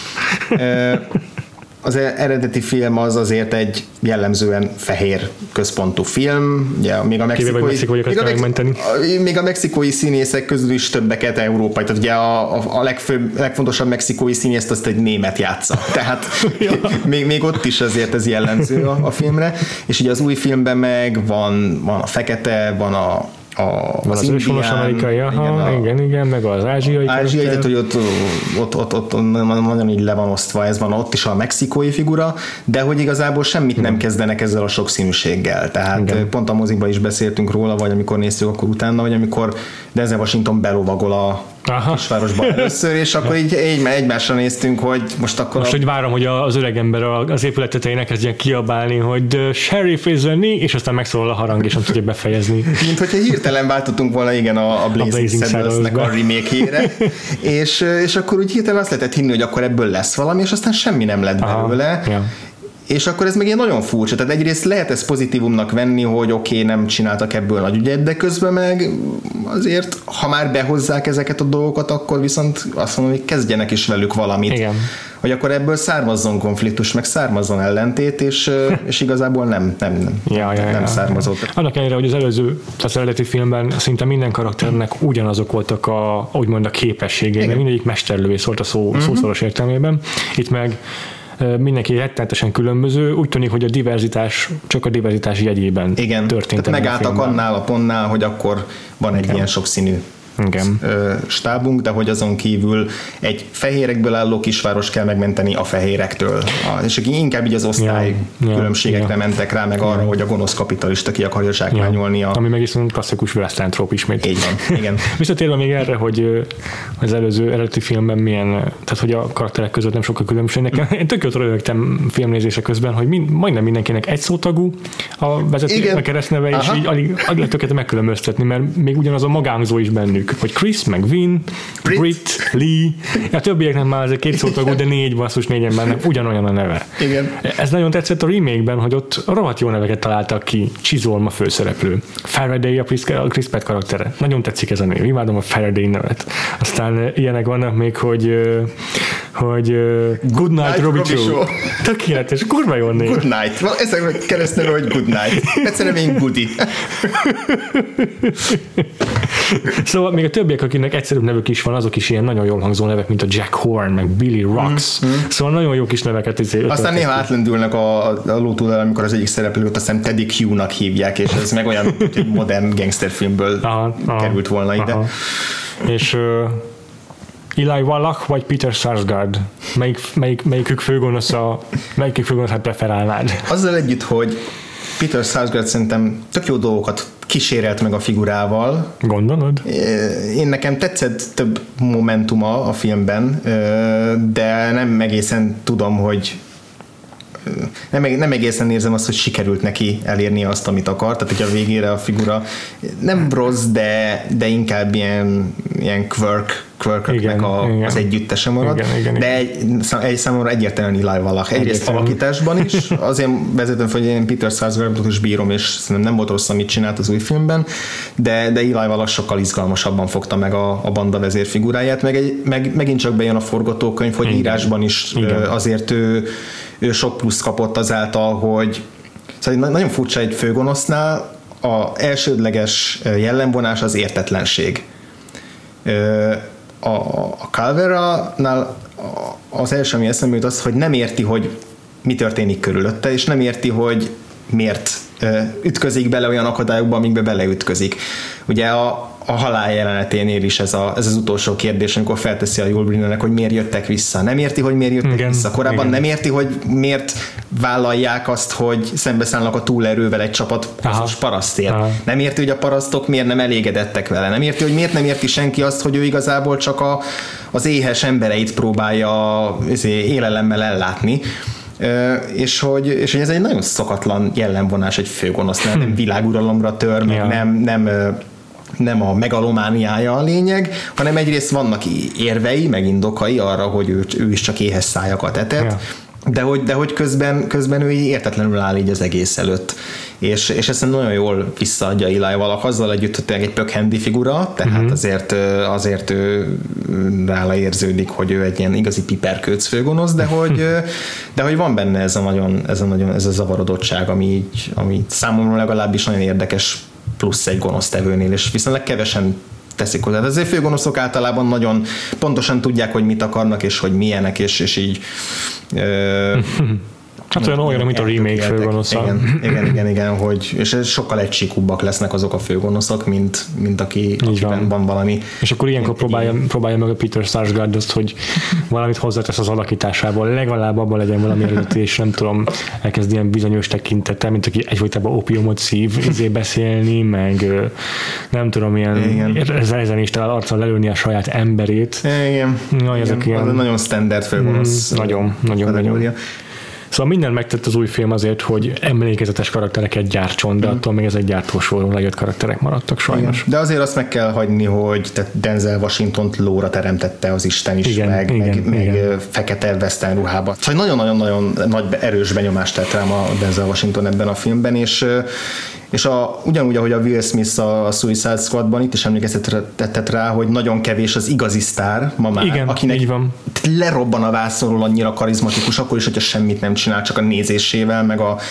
[SPEAKER 2] Az eredeti film az azért egy jellemzően fehér központú film. Ugye, még, a mexikói, még, a megmenteni. még a mexikói színészek közül is többeket európai. Tehát ugye a, a, a legfőbb, legfontosabb mexikói színészt azt egy német játsza. Tehát ja. még, még ott is azért ez jellemző a, a filmre. És ugye az új filmben meg van, van a fekete, van a A,
[SPEAKER 1] az, az őshonos amerikai, aha, igen, a, igen, igen, meg az ázsiai.
[SPEAKER 2] Ázsiai, tehát, hogy ott, ott, ott, ott nagyon így le van osztva, ez van ott is a mexikói figura, de hogy igazából semmit igen. nem kezdenek ezzel a sokszínűséggel. Tehát igen. pont a mozikban is beszéltünk róla, vagy amikor néztük, akkor utána, vagy amikor Denzel Washington belovagol a Aha. kisvárosban először, és akkor így, így egymásra néztünk, hogy most akkor...
[SPEAKER 1] Most, a... hogy várom, hogy az öreg ember az épület tetején elkezdjen kiabálni, hogy the sheriff is a knee, és aztán megszólal a harang, és nem tudja befejezni.
[SPEAKER 2] Mint hogyha hirtelen váltottunk volna, igen, a, a Blazing, Blazing Saddles-nek a remake-ére, és, és akkor úgy hirtelen azt lehetett hinni, hogy akkor ebből lesz valami, és aztán semmi nem lett belőle. Ja. És akkor ez meg ilyen nagyon furcsa, tehát egyrészt lehet ezt pozitívumnak venni, hogy oké, okay, nem csináltak ebből nagy ügyet, de közben meg azért, ha már behozzák ezeket a dolgokat, akkor viszont azt mondom, hogy kezdjenek is velük valamit. Igen. Hogy akkor ebből származzon konfliktus, meg származzon ellentét, és, és igazából nem, nem, nem, ja, ja, nem ja, származott.
[SPEAKER 1] Ja. Annak ellenére, hogy az előző, az eredeti filmben szinte minden karakternek ugyanazok voltak a, úgymond a képességei, mert mindegyik mesterlövész volt a szó, uh-huh. szószoros értelmében. Itt meg mindenki rettenetesen különböző, úgy tűnik, hogy a diverzitás csak a diverzitás jegyében
[SPEAKER 2] igen,
[SPEAKER 1] történt.
[SPEAKER 2] Tehát megálltak annál a pontnál, hogy akkor van egy igen. ilyen sokszínű igen. stábunk, de hogy azon kívül egy fehérekből álló kisváros kell megmenteni a fehérektől. És inkább így az osztály ja, különbségekre ja, mentek rá, meg ja. arra, hogy a gonosz kapitalista ki akarja zsákmányolni. Ja. A...
[SPEAKER 1] Ami meg is klasszikus western tróp ismét.
[SPEAKER 2] Így van, igen.
[SPEAKER 1] Visszatérve még erre, hogy az előző eredeti filmben milyen, tehát hogy a karakterek között nem sokkal különbség. Nekem, én tök jót röhögtem filmnézése közben, hogy mind, majdnem mindenkinek egy szótagú a vezető, a keresztneve, és így alig, alig lehet őket megkülönböztetni, mert még ugyanaz a magánzó is bennük, hogy Chris, meg Vin, Brit, Brit Lee, a többieknek már azért két szótagú, de négy basszus négy embernek ugyanolyan a neve.
[SPEAKER 2] Igen.
[SPEAKER 1] Ez nagyon tetszett a remake-ben, hogy ott rohadt jó neveket találtak ki. Chisholm a főszereplő. Faraday a Chris Pratt karaktere. Nagyon tetszik ez a név. Imádom a Faraday nevet. Aztán ilyenek vannak még, hogy hogy Good Night Robbie Joe. Tökéletes, kurva jó név.
[SPEAKER 2] Good Night. Ezzel keresztül, hogy Good Night. Egyszerűen én Goody.
[SPEAKER 1] Szóval még a többiek, akinek egyszerűbb nevük is van, azok is ilyen nagyon jól hangzó nevek, mint a Jack Horn, meg Billy Rox. Mm, mm. Szóval nagyon jó kis neveket. Izé,
[SPEAKER 2] aztán néha átlendülnek a, a lótúlal, amikor az egyik szereplőt azt hiszem Teddy Q-nak hívják, és ez meg olyan modern gangsterfilmből aha, került aha, volna ide.
[SPEAKER 1] Aha. És uh, Eli Wallach vagy Peter Sarsgaard? Melyik, melyik, melyikük főgonosz a, melyikük főgonoszát preferálnád?
[SPEAKER 2] Azzal együtt, hogy Peter Sarsgaard szerintem tök jó dolgokat kísérelt meg a figurával.
[SPEAKER 1] Gondolod?
[SPEAKER 2] Én nekem tetszett több momentuma a filmben, de nem egészen tudom, hogy nem, nem egészen érzem azt, hogy sikerült neki elérni azt, amit akar, tehát hogy a végére a figura nem rossz, de, de inkább ilyen, ilyen quirk, quirköknek a, az együttese marad, igen, igen, de egy, egy számomra egyértelműen Eli Wallach. Egyrészt alakításban is, azért vezetem, hogy én Peter Sarsgaardot is bírom, és szerintem nem volt rossz, amit csinált az új filmben, de, de Eli Wallach sokkal izgalmasabban fogta meg a, a banda vezér figuráját, meg, egy, meg megint csak bejön a forgatókönyv, hogy igen. írásban is igen. azért ő, ő sok plusz kapott azáltal, hogy szóval nagyon furcsa egy főgonosznál a elsődleges jellemvonás az értetlenség. A, a Calvera-nál az első, ami eszembe jut, az, hogy nem érti, hogy mi történik körülötte, és nem érti, hogy miért ütközik bele olyan akadályokba, amikbe beleütközik. Ugye a, a halál jeleneténél is ez, a, ez az utolsó kérdés, amikor felteszi a Yul Brynnernek, hogy miért jöttek vissza. Nem érti, hogy miért jöttek igen, vissza. Korábban igen. nem érti, hogy miért vállalják azt, hogy szembeszállnak a túlerővel egy csapat parasztért. Aha. Nem érti, hogy a parasztok miért nem elégedettek vele. Nem érti, hogy miért nem érti senki azt, hogy ő igazából csak a, az éhes embereit próbálja élelemmel ellátni. Uh, és, hogy, és hogy ez egy nagyon szokatlan jellemvonás egy főgonosznál, nem világuralomra tör, ja. nem, nem, nem a megalomániája a lényeg, hanem egyrészt vannak érvei, meg indokai arra, hogy ő, ő is csak éhes szájakat etett, ja. de, hogy, de hogy közben, közben ő így értetlenül áll így az egész előtt. És, és ezt nagyon jól visszaadja Eli Wallach, azzal együtt, hogy egy pökhendi figura, tehát uh-huh. azért, azért ő rála érződik, hogy ő egy ilyen igazi piperkőc főgonosz, de hogy, de hogy van benne ez a nagyon, ez a, nagyon, ez a zavarodottság, ami, így, ami számomra legalábbis nagyon érdekes plusz egy gonosztevőnél, és viszonylag kevesen teszik hozzá. Ezért főgonoszok általában nagyon pontosan tudják, hogy mit akarnak, és hogy milyenek, és, és így ö,
[SPEAKER 1] Hát olyan olyan, mint a remake főgonosza.
[SPEAKER 2] Igen, igen, igen, igen, hogy, és sokkal egysíkúbbak lesznek azok a főgonoszok, mint, mint aki, akiben van. van valami.
[SPEAKER 1] És akkor ilyenkor próbálja, próbálja meg a Peter Sarsgaard azt, hogy valamit hozzátesz az alakításából, legalább abban legyen valami eredeti, és nem tudom, elkezd ilyen bizonyos tekintettel, mint aki egyfolytában opiumot szív, izé beszélni, meg nem tudom, ilyen ezen is talál arccal lelőni a saját emberét.
[SPEAKER 2] Igen,
[SPEAKER 1] Na,
[SPEAKER 2] igen. Ilyen, az nagyon standard főgonosz.
[SPEAKER 1] Mm, nagyon, nagyon, nagyon. Szóval minden megtett az új film azért, hogy emlékezetes karaktereket gyártson, de mm. attól még ez egy gyártósorról lejött karakterek maradtak sajnos.
[SPEAKER 2] Igen. De azért azt meg kell hagyni, hogy Denzel Washingtont lóra teremtette az Isten is, igen, meg, igen, meg, igen. meg fekete western ruhába. Szóval nagyon-nagyon-nagyon nagy erős benyomást tett rám a Denzel Washington ebben a filmben, és és a, ugyanúgy, ahogy a Will Smith a Suicide Squadban itt is emlékeztetett rá, hogy nagyon kevés az igazi sztár ma már,
[SPEAKER 1] igen,
[SPEAKER 2] akinek lerobban a vászonról annyira karizmatikus, akkor is, hogyha semmit nem csinál, csak a nézésével, meg a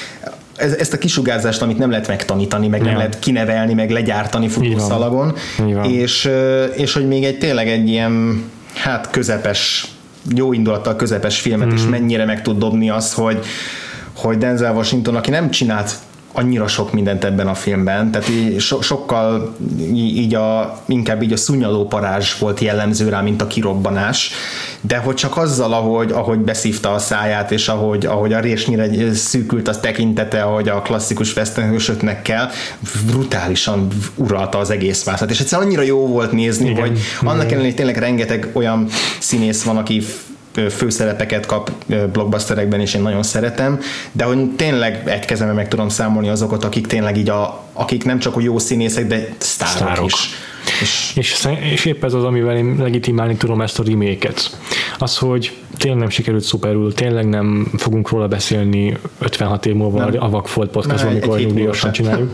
[SPEAKER 2] ezt a kisugárzást, amit nem lehet megtanítani, meg ja. nem lehet kinevelni, meg legyártani futószalagon, és, és hogy még egy tényleg egy ilyen hát közepes, jó indulattal közepes filmet mm. is mennyire meg tud dobni az, hogy, hogy Denzel Washington, aki nem csinált annyira sok mindent ebben a filmben, tehát így so, sokkal így a, inkább így a szunnyadó parázs volt jellemző rá, mint a kirobbanás, de hogy csak azzal, ahogy, ahogy beszívta a száját, és ahogy, ahogy a résnyire szűkült az tekintete, ahogy a klasszikus western hősöknek kell, brutálisan uralta az egész vászat, és egyszerűen annyira jó volt nézni, igen, hogy annak ellenére, hogy tényleg rengeteg olyan színész van, aki főszerepeket kap blockbusterekben, és én nagyon szeretem, de hogy tényleg egy kezemben meg tudom számolni azokat, akik tényleg így a, akik nem csak a jó színészek, de sztárok, sztárok. is.
[SPEAKER 1] És, és, és épp ez az, amivel én legitimálni tudom ezt a remake-et. Az, hogy tényleg nem sikerült szuperül, tényleg nem fogunk róla beszélni ötvenhat év múlva a Vakfolt podcastban, amikor nyugdíjasan csináljuk.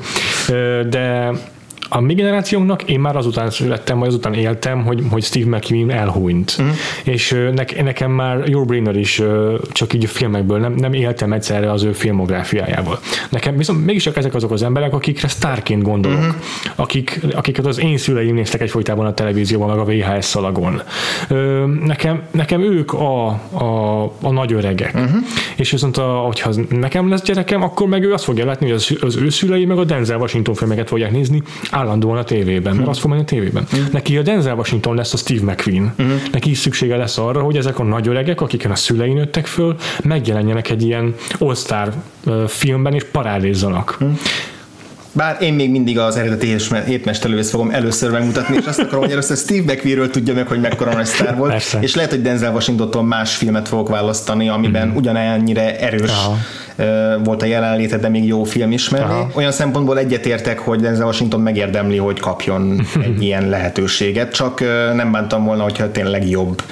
[SPEAKER 1] De a mi generációnknak én már azután születtem, vagy azután éltem, hogy, hogy Steve McQueen elhúnyt. Uh-huh. És ne, nekem már Your Brainer is csak így a filmekből nem, nem éltem egyszerre az ő filmográfiájával. Nekem viszont mégiscsak ezek azok az emberek, akikre sztárként gondolok. Uh-huh. Akik, akiket az én szüleim néztek egyfolytában a televízióban, meg a vé há es szalagon. Nekem, nekem ők a, a, a nagy öregek. Uh-huh. És viszont a, hogyha nekem lesz gyerekem, akkor meg ő azt fogja látni, hogy az, az ő szülei meg a Denzel Washington filmeket fogják nézni, állandóan a tévében, mert hmm. azt fog menni a tévében. Hmm. Neki a Denzel Washington lesz a Steve McQueen. Hmm. Neki is szüksége lesz arra, hogy ezek a nagy öregek, akiken a szülei nőttek föl, megjelenjenek egy ilyen all-star filmben, és parádézzanak. Hmm.
[SPEAKER 2] Bár én még mindig az eredeti hétmesterlövész fogom először megmutatni, és azt akarom, hogy először Steve McQueenről tudja meg, hogy mekkora nagy sztár volt, persze. És lehet, hogy Denzel Washingtontól más filmet fogok választani, amiben mm. ugyanennyire erős Aha. volt a jelenléte, de még jó film is mellé. Aha. Olyan szempontból egyetértek, hogy Denzel Washington megérdemli, hogy kapjon egy ilyen lehetőséget, csak nem bántam volna, hogyha tényleg jobb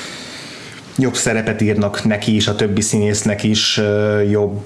[SPEAKER 2] jobb szerepet írnak neki is, a többi színésznek is jobb.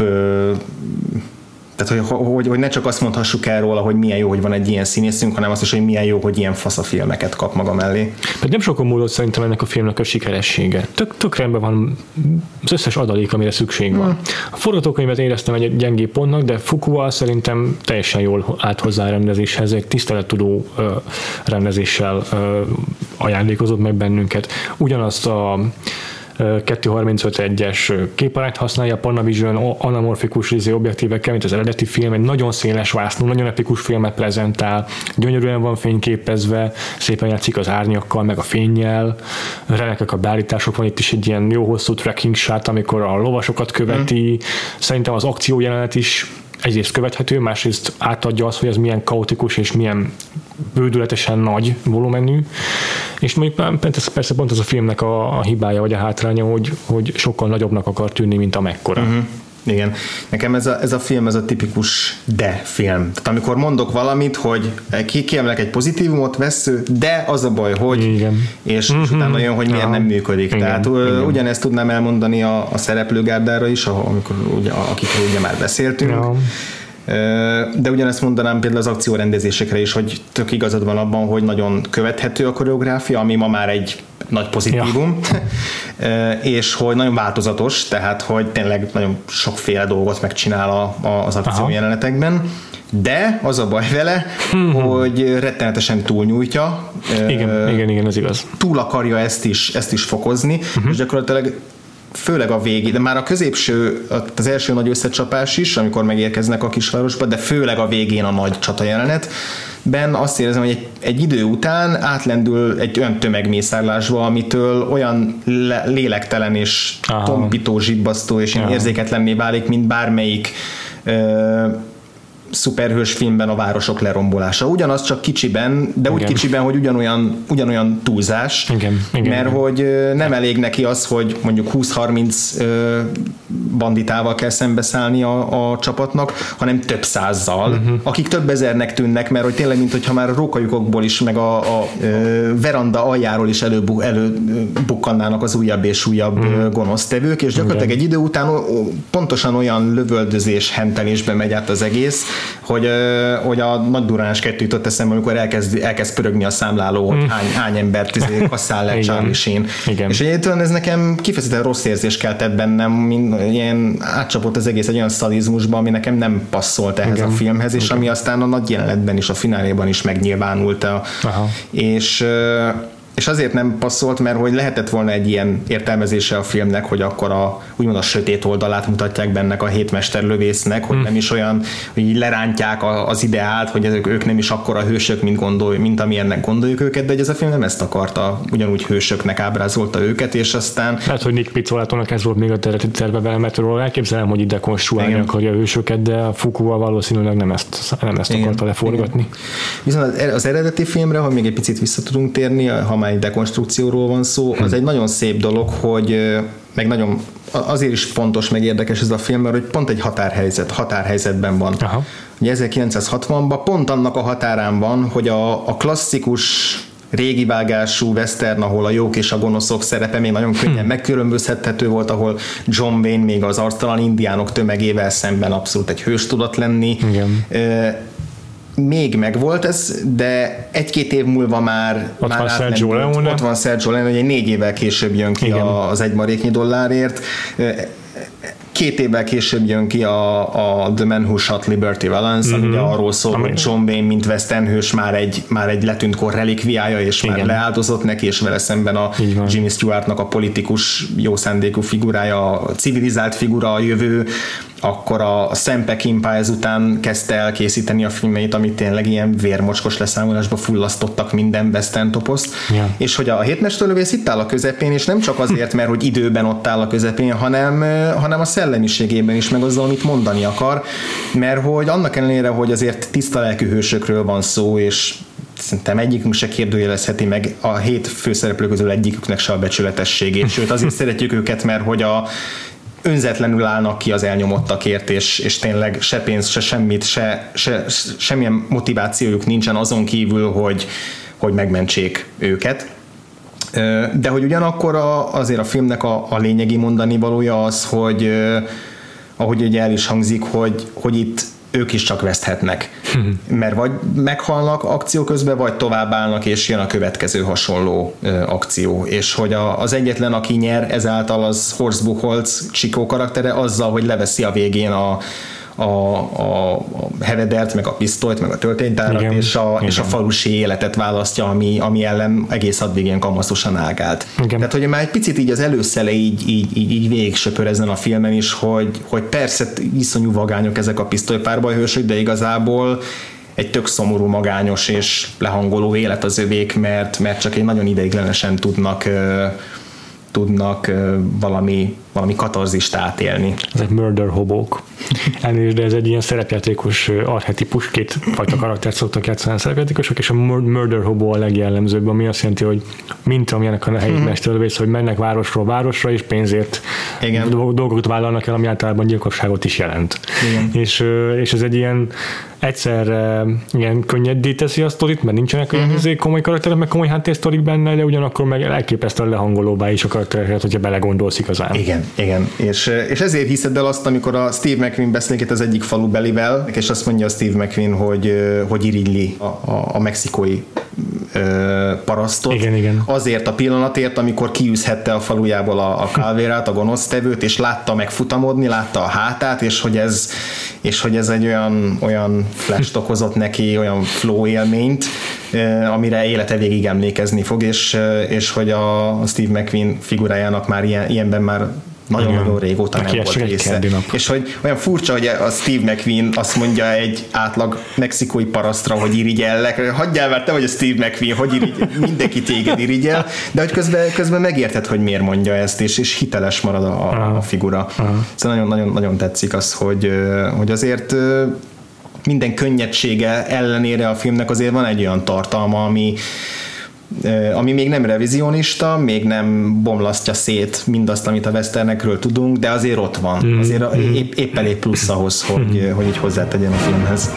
[SPEAKER 2] Tehát, hogy, hogy, hogy ne csak azt mondhassuk el róla, hogy milyen jó, hogy van egy ilyen színészünk, hanem azt is, hogy milyen jó, hogy ilyen fasz a filmeket kap maga mellé.
[SPEAKER 1] Mert nem sokan múlott szerintem ennek a filmnek a sikeressége. Tök, tök rendben van az összes adalék, amire szükség van. Hmm. A forgatókönyvet éreztem egy gyengébb pontnak, de Fuqua szerintem teljesen jól állt hozzá a rendezéshez, egy tisztelettudó uh, rendezéssel uh, ajándékozott meg bennünket. Ugyanazt a kettő harmincöt egyes képarányt használja, Panavision anamorfikus objektívekkel, mint az eredeti film, egy nagyon széles vászló, nagyon epikus filmet prezentál, gyönyörűen van fényképezve, szépen játszik az árnyakkal, meg a fénnyel, remekek a beállítások, van itt is egy ilyen jó hosszú tracking shot, amikor a lovasokat követi, mm. szerintem az akció jelenet is egyrészt követhető, másrészt átadja azt, hogy ez milyen kaotikus és milyen bődületesen nagy volumenű, és mondjuk persze pont ez a filmnek a, a hibája vagy a hátránya, hogy, hogy sokkal nagyobbnak akar tűnni, mint amekkora. Uh-huh.
[SPEAKER 2] Igen. Nekem ez a, ez a film, ez a tipikus de film. Tehát amikor mondok valamit, hogy ki kiemelek egy pozitívumot, vesző, de az a baj, hogy
[SPEAKER 1] igen.
[SPEAKER 2] És, mm-hmm. és utána jön, hogy miért nem működik. Igen. Tehát igen. Ugyanezt tudnám elmondani a, a szereplőgárdára is, amikor, ugye, akikről ugye már beszéltünk. Ja. De ugyanezt mondanám például az akciórendezésekre is, hogy tök igazad van abban, hogy nagyon követhető a koreográfia, ami ma már egy nagy pozitívum, ja. És hogy nagyon változatos, tehát hogy tényleg nagyon sokféle dolgot megcsinál a, a, az akciójelenetekben, de az a baj vele, mm-hmm. hogy rettenetesen túlnyújtja.
[SPEAKER 1] Igen, uh, igen, igen, ez igaz.
[SPEAKER 2] Túl akarja ezt is, ezt is fokozni, uh-huh. és gyakorlatilag főleg a végén, de már a középső, az első nagy összecsapás is, amikor megérkeznek a kisvárosba, de főleg a végén a nagy csata jelenet, ben azt érzem, hogy egy, egy idő után átlendül egy olyan tömegmészárlásba, amitől olyan le, lélektelen és Aha. tompító, zsibbasztó és ilyen érzéketlenné válik, mint bármelyik ö, szuperhős filmben a városok lerombolása. Ugyanaz, csak kicsiben, de úgy igen. kicsiben, hogy ugyanolyan, ugyanolyan túlzás, igen, igen, mert igen. hogy nem elég neki az, hogy mondjuk húsz-harminc banditával kell szembeszállni a, a csapatnak, hanem több százzal, uh-huh. akik több ezernek tűnnek, mert hogy tényleg, mint hogyha már a rókajukokból is, meg a, a veranda aljáról is előbu, előbukkannának az újabb és újabb uh-huh. gonosztevők, és gyakorlatilag igen. egy idő után pontosan olyan lövöldözés, hentelésbe megy át az egész, hogy, hogy a nagy durranás kettő jutott eszembe, amikor elkezd, elkezd pörögni a számláló, hogy hány, hány embert kasszál le Charlie Sheen. És egyébként ez nekem kifejezetten rossz érzés keltett bennem, mint ilyen átcsapott az egész egy olyan szadizmusba, ami nekem nem passzolt ehhez igen. a filmhez, és igen. ami aztán a nagy jelenetben is, a fináléban is megnyilvánult. Aha. És és azért nem passzolt, mert hogy lehetett volna egy ilyen értelmezése a filmnek, hogy akkor a, úgymond a sötét oldalát mutatják bennek a hétmesterlövésznek, hogy hmm. nem is olyan, hogy így lerántják az ideált, hogy ezek, ők nem is akkora hősök, mint, gondol, mint amilyennek gondoljuk őket, de ez a film nem ezt akarta, ugyanúgy hősöknek ábrázolta őket, és aztán...
[SPEAKER 1] Hát, hogy Nick Pizzolattónak ez volt még a eredeti terve vele, mert róla elképzelem, hogy ide konstruálni igen. akarja a hősöket, de a Fuqua valószínűleg nem ezt, nem ezt akarta leforgatni. Igen.
[SPEAKER 2] Viszont az eredeti filmre, ha még egy picit vissza tudunk térni, ha egy dekonstrukcióról van szó, az hmm. egy nagyon szép dolog, hogy meg nagyon, azért is fontos, meg érdekes ez a film, mert hogy pont egy határhelyzet, határhelyzetben van. Aha. Ugye ezerkilencszázhatvanban pont annak a határán van, hogy a, a klasszikus régi vágású western, ahol a jók és a gonoszok szerepe még nagyon könnyen hmm. megkülönbözhethető volt, ahol John Wayne még az arctalan indiánok tömegével szemben abszolút egy hős tudott lenni. Igen. Még megvolt ez, de egy-két év múlva már
[SPEAKER 1] ott már van Sergio Leone.
[SPEAKER 2] Ott van Sergio Leone, hogy egy négy évvel később jön ki a, az egy maréknyi dollárért. Két évvel később jön ki a, a The Man Who Shot Liberty Valance, mm-hmm. ami ugye arról szól, ami... hogy John Wayne, mint western hős már egy, már egy letűnt kor relikviája, és igen. már leáldozott neki, és vele szemben a Jimmy Stewartnak a politikus, jó szándékú figurája, a civilizált figura, a jövő. Akkor a Sam Peckinpah ezután kezdte el készíteni a filmeit, amit tényleg ilyen vérmocskos leszámolásba fullasztottak minden western toposzt, yeah. és hogy a hétmesterlövész itt áll a közepén, és nem csak azért, mert hogy időben ott áll a közepén, hanem, hanem a szellemiségében is, meg azzal, amit mondani akar, mert hogy annak ellenére, hogy azért tiszta lelkű hősökről van szó, és szerintem egyikünk se kérdőjelezheti meg a hét főszereplő közül egyiküknek se a becsületességét, sőt azért szeretjük őket, mert hogy a önzetlenül állnak ki az elnyomottakért, és, és tényleg se pénz, se semmit, se, se, semmilyen motivációjuk nincsen azon kívül, hogy, hogy megmentsék őket. De hogy ugyanakkor a, azért a filmnek a, a lényegi mondani valója az, hogy ahogy ugye el is hangzik, hogy, hogy itt ők is csak veszthetnek. Mert vagy meghalnak akció közben, vagy továbbállnak, és jön a következő hasonló ö, akció. És hogy a, az egyetlen, aki nyer ezáltal, az Horst Buchholz Chico karaktere azzal, hogy leveszi a végén a a, a, a hevedert, meg a pisztolyt, meg a tölténytárat, igen, és, a, és a falusi életet választja, ami, ami ellen egész addig ilyen kamaszosan ágált. Igen. Tehát, hogy már egy picit így az előszele így, így, így, így végig söpör ezen a filmen is, hogy, hogy persze iszonyú vagányok ezek a pisztolypárbajhősök, de igazából egy tök szomorú, magányos és lehangoló élet az övék, mert, mert csak egy nagyon ideiglenesen tudnak tudnak valami, valami katarzist átélni.
[SPEAKER 1] Ezek murder hobók. Elnézést, de ez egy ilyen szerepjátékos archetípus, két fajta karaktert szoktak játszani a szerepjátékosok, és a murder hobó a legjellemzőbb, ami azt jelenti, hogy mint amilyenek a helyi mm-hmm. mesterlövész, hogy mennek városról városra, és pénzért igen. dolgokat vállalnak el, ami általában gyilkosságot is jelent. És, és ez egy ilyen egyszerre ilyen könnyedé teszi a sztorit, mert nincsenek olyan uh-huh. komoly karakterek, meg komoly háttérsztorik benne, de ugyanakkor meg elképesztően lehangolóbbá is a karaktereket, hogyha belegondolsz igazán.
[SPEAKER 2] Igen, igen. És, és ezért hiszed el azt, amikor a Steve McQueen beszélget az egyik falubelivel, és azt mondja a Steve McQueen, hogy, hogy irigyli a, a, a mexikói ö, parasztot.
[SPEAKER 1] Igen, igen.
[SPEAKER 2] Azért a pillanatért, amikor kiűzhette a falujából a, a Calvérát, a gonosztevőt, és látta megfutamodni, látta a hátát, és hogy ez, és hogy ez egy olyan, olyan flash okozott neki, olyan flow élményt, amire élete végig emlékezni fog, és, és hogy a Steve McQueen figurájának már ilyen, ilyenben már nagyon-nagyon régóta nem volt része. És hogy olyan furcsa, hogy a Steve McQueen azt mondja egy átlag mexikói parasztra, hogy irigyellek, hagyjál már te vagy a Steve McQueen, hogy irigy, mindenki téged irigyel, de hogy közben, közben megérted, hogy miért mondja ezt, és, és hiteles marad a, a figura. Szóval nagyon-nagyon tetszik az, hogy, hogy azért minden könnyedsége ellenére a filmnek azért van egy olyan tartalma, ami ami még nem revizionista, még nem bomlasztja szét mindazt, amit a westernekről tudunk, de azért ott van. Azért épp, épp elég plusz ahhoz, hogy, hogy így hozzátegyen a filmhez.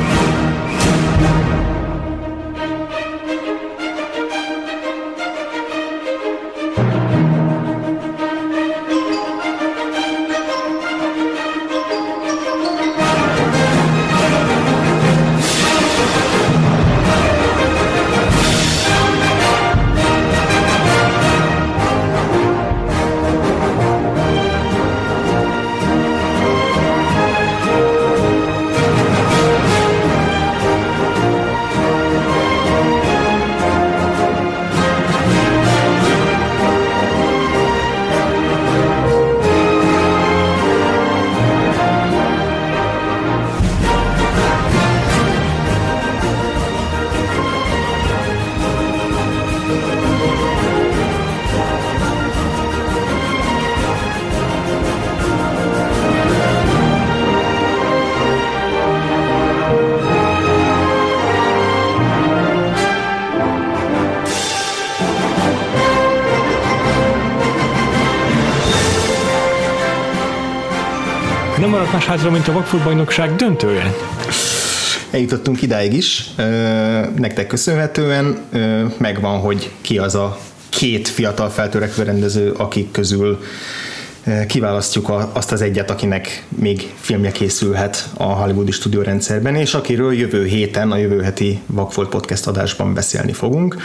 [SPEAKER 1] Nem maradt más hátra, mint a vakfutbajnokság döntője.
[SPEAKER 2] Eljutottunk idáig is, nektek köszönhetően megvan, hogy ki az a két fiatal feltörekvő rendező, akik közül kiválasztjuk azt az egyet, akinek még filmje készülhet a hollywoodi stúdiórendszerben, és akiről jövő héten, a jövő heti Vakfolt Podcast adásban beszélni fogunk.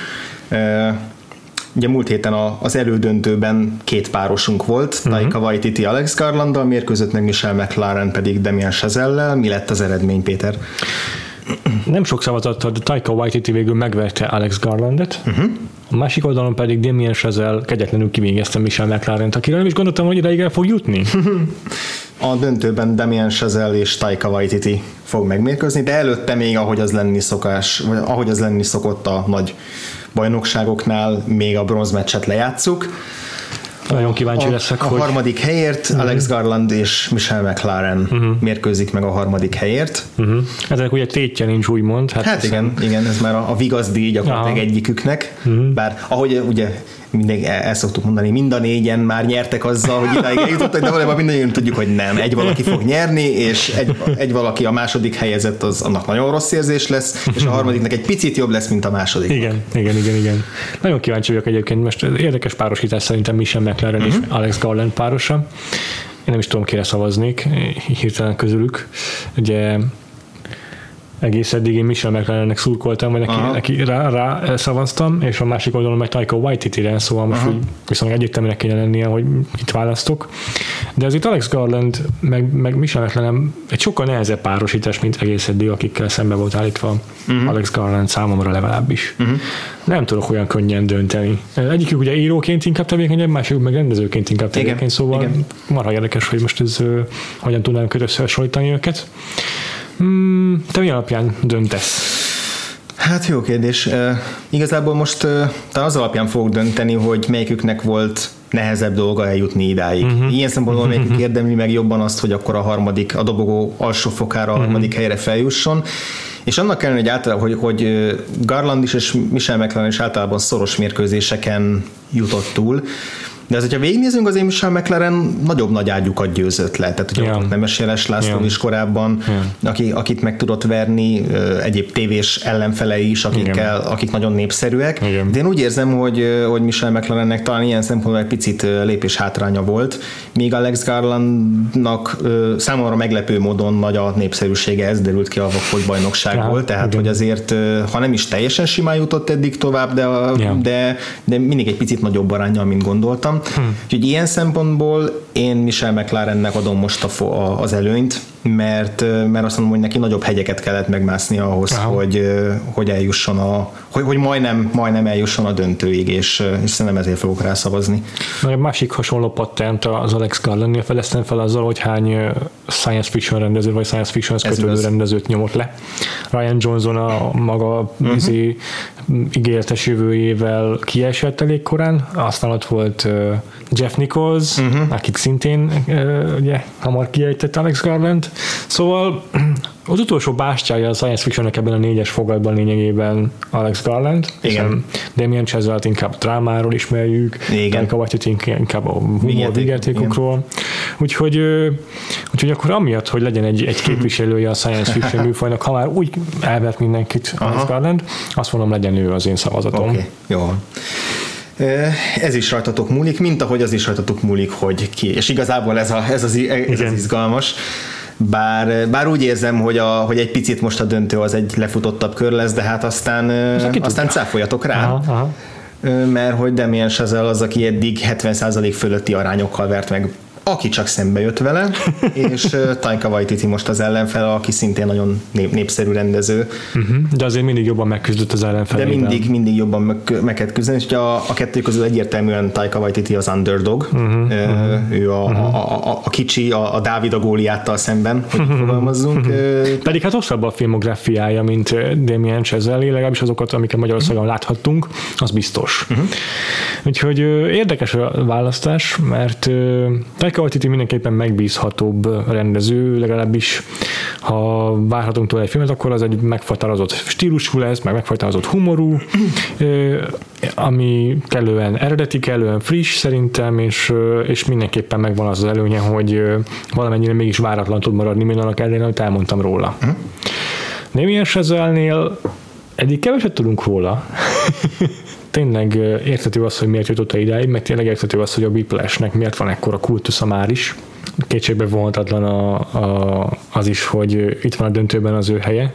[SPEAKER 2] Ugye múlt héten az elődöntőben két párosunk volt, uh-huh. Taika Waititi Alex Garlanddal mérkőzött, meg Michelle McLaren pedig Damien Chazelle-lel. Mi lett az eredmény, Péter?
[SPEAKER 1] Nem sok szavazattal, de Taika Waititi végül megverte Alex Garlandet, uh-huh. A másik oldalon pedig Damien Chazelle kegyetlenül kivégezte Michelle McLarent, akiről nem is gondoltam, hogy ideig el fog jutni.
[SPEAKER 2] A döntőben Damien Chazelle és Taika Waititi fog megmérkőzni, de előtte még ahogy az lenni szokás, vagy ahogy az lenni szokott a nagy bajnokságoknál, még a bronzmeccset lejátszuk.
[SPEAKER 1] Nagyon kíváncsi
[SPEAKER 2] a,
[SPEAKER 1] leszek,
[SPEAKER 2] a
[SPEAKER 1] hogy...
[SPEAKER 2] harmadik helyért uh-huh. Alex Garland és Michelle McLaren uh-huh. mérkőzik meg a harmadik helyért.
[SPEAKER 1] Uh-huh. Ezek ugye tétje nincs, úgymond.
[SPEAKER 2] Hát, hát igen, igen, ez már a, a vigaszdi gyakorlatilag Aha. egyiküknek. Uh-huh. Bár ahogy ugye mindig el, el szoktuk mondani, mind a négyen már nyertek azzal, hogy idáig eljutottak, de valójában mindannyian tudjuk, hogy nem. Egy valaki fog nyerni, és egy, egy valaki a második helyezett, az annak nagyon rossz érzés lesz, és a harmadiknak egy picit jobb lesz, mint a második.
[SPEAKER 1] Igen, igen, igen, igen. Nagyon kíváncsi vagyok egyébként, most érdekes párosítás szerintem Michelle McLaren uh-huh. és Alex Garland párosa. Én nem is tudom, kire szavaznék hirtelen közülük. Ugye egész eddig én Michelle McLarennek szurkoltam, vagy neki, neki rá, rá szavaztam, és a másik oldalon meg Taika Waititi-re, szóval most úgy viszont egyértelműnek kéne lennie, hogy itt választok. De ez itt Alex Garland, meg, meg Michelle McLaren egy sokkal nehezebb párosítás, mint egész eddig, akikkel szembe volt állítva uh-huh. Alex Garland számomra legalábbis. Uh-huh. Nem tudok olyan könnyen dönteni. Egyikük ugye íróként inkább tevékenyebb, másikük meg rendezőként inkább tevékeny, szóval igen. Marha érdekes, hogy most ez uh, hogyan tudnám összehasonlítani őket. Hmm, te mi alapján döntesz?
[SPEAKER 2] Hát jó kérdés. Uh, igazából most uh, talán az alapján fogok dönteni, hogy melyiküknek volt nehezebb dolga eljutni idáig. Uh-huh. Ilyen szempontból uh-huh. melyikük érdemli meg jobban azt, hogy akkor a harmadik, a dobogó alsó fokára a harmadik uh-huh. helyre feljusson. És annak ellenére, hogy, általában, hogy, hogy Garland is és Michelle McLaren is általában szoros mérkőzéseken jutott túl, de ez, hogyha végignézünk, azért Michelle McLaren nagyobb nagy ágyukat győzött le. Tehát, hogy yeah. Nemes Jeles László yeah. is korábban, yeah. aki, akit meg tudott verni, egyéb tévés ellenfelei is, akikkel, akik nagyon népszerűek. Igen. De én úgy érzem, hogy, hogy Michelle McLarennek talán ilyen szempontból egy picit lépés hátránya volt, míg Alex Garlandnak számomra meglepő módon nagy a népszerűsége, ez derült ki a Vakfolt bajnokságból, ja, tehát, igen. hogy azért, ha nem is teljesen simán jutott eddig tovább, de, a, yeah. de, de mindig egy picit nagyobb aránnyal, mint gondoltam. Hmm. Úgyhogy ilyen szempontból én Michelle McLarennek adom most a, a, az előnyt, mert, mert azt mondom, hogy neki nagyobb hegyeket kellett megmászni ahhoz, hogy, hogy eljusson a, hogy, hogy majdnem, majdnem eljusson a döntőig, és, és szerintem ezért fogok rá szavazni.
[SPEAKER 1] Egy másik hasonló patent az Alex Garlandnél feleztem fel azzal, hogy hány science fiction rendező, vagy science fictionhez kötődő rendezőt nyomott le. Ryan Johnson a maga uh-huh. ígéretes jövőjével kiesett elég korán, aztán ott volt Jeff Nichols, uh-huh. akik szintén ugye, hamar kiejtett Alex Garland. Szóval az utolsó bástyája a science fictionnek ebben a négyes fogadban lényegében Alex Garland.
[SPEAKER 2] Igen.
[SPEAKER 1] Damien Chazelle-t inkább drámáról ismerjük, Taika Waititi inkább a humor vigyátékokról. Úgyhogy, úgyhogy akkor amiatt, hogy legyen egy, egy képviselője a science fiction műfajnak, ha már úgy elvert mindenkit Alex Garland, azt mondom, legyen ő az én szavazatom.
[SPEAKER 2] Oké, okay. Jó. Ez is rajtatok múlik, mint ahogy az is rajtatok múlik, hogy ki. És igazából ez, a, ez, az, ez az izgalmas. Bár, bár úgy érzem, hogy, a, hogy egy picit most a döntő az egy lefutottabb kör lesz, de hát aztán, aztán cáfoljatok rá. Aha, aha. Mert hogy Damien Chazelle az, aki eddig hetven százalék fölötti arányokkal vert meg, aki csak szembe jött vele, és Taika Waititi most az ellenfele, aki szintén nagyon nép, népszerű rendező. Uh-huh.
[SPEAKER 1] De azért mindig jobban megküzdött az ellenfelében.
[SPEAKER 2] De mindig, mindig jobban meg, meg kell küzdeni, és a, a kettő közül egyértelműen Taika Waititi az underdog. Uh-huh. Uh, ő a, uh-huh. a, a, a kicsi, a, a Dávid a Góliáttal szemben, hogy uh-huh. fogalmazzunk. Uh-huh.
[SPEAKER 1] Pedig hát hosszabb a filmográfiája, mint Damien Chazelle, legalábbis azokat, amiket Magyarországon uh-huh. láthattunk, az biztos. Uh-huh. Úgyhogy érdekes a választás, mert Taika Waititi mindenképpen megbízhatóbb rendező, legalábbis ha várhatunk tőle egy filmet, akkor az egy meghatározott stílusú lesz, meg meghatározott humorú, ami kellően eredeti, kellően friss szerintem, és, és mindenképpen megvan az az előnye, hogy valamennyire mégis váratlan tud maradni, mint annak ellenére, amit elmondtam róla. Damien Chazelle-nél eddig keveset tudunk róla. Tényleg érthető az, hogy miért jutott idáig, meg tényleg érthető az, hogy a Whiplashnek miért van ekkora kultusza már is. Kétségbe vonhatatlan a, a, az is, hogy itt van a döntőben az ő helye,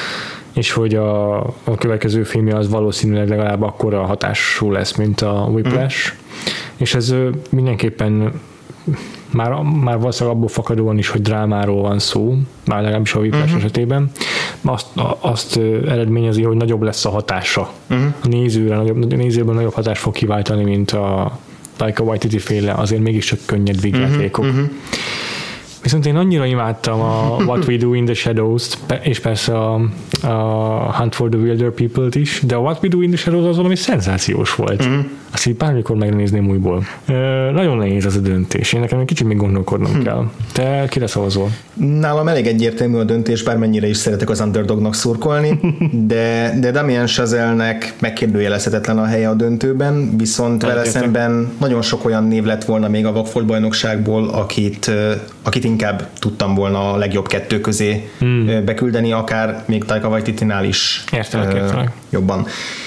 [SPEAKER 1] és hogy a, a következő filmje az valószínűleg legalább akkora hatású lesz, mint a Whiplash. Mm. És ez mindenképpen már, már valószínűleg abból fakadóan is, hogy drámáról van szó, már legalábbis a Whiplash uh-huh. esetében, azt, azt eredményezi, hogy nagyobb lesz a hatása. Uh-huh. A nézőre, nagyobb, nézőben nagyobb hatást fog kiváltani, mint a Taika Waititi féle, azért mégiscsak könnyed vígjátékok. Uh-huh. Viszont én annyira imádtam a What We Do in the Shadows-t, és persze a, a Hunt for the Wilder People-t is, de a What We Do in the Shadows az valami szenzációs volt. Mm. Azt így bármikor megnézném újból. E, nagyon nehéz az a döntés. Én nekem egy kicsit még gondolkodnom mm. kell. Te kire szavazol?
[SPEAKER 2] Nálam elég egyértelmű a döntés, bármennyire is szeretek az underdognak szurkolni, de, de Damien Chazelle-nek megkérdőjelezhetetlen a helye a döntőben, viszont vele szemben nagyon sok olyan név lett volna még a Vagfolt bajnokságból, akit, akit inkább tudtam volna a legjobb kettő közé hmm. beküldeni, akár még Taika Waititinál is
[SPEAKER 1] értelek, értelek.
[SPEAKER 2] jobban.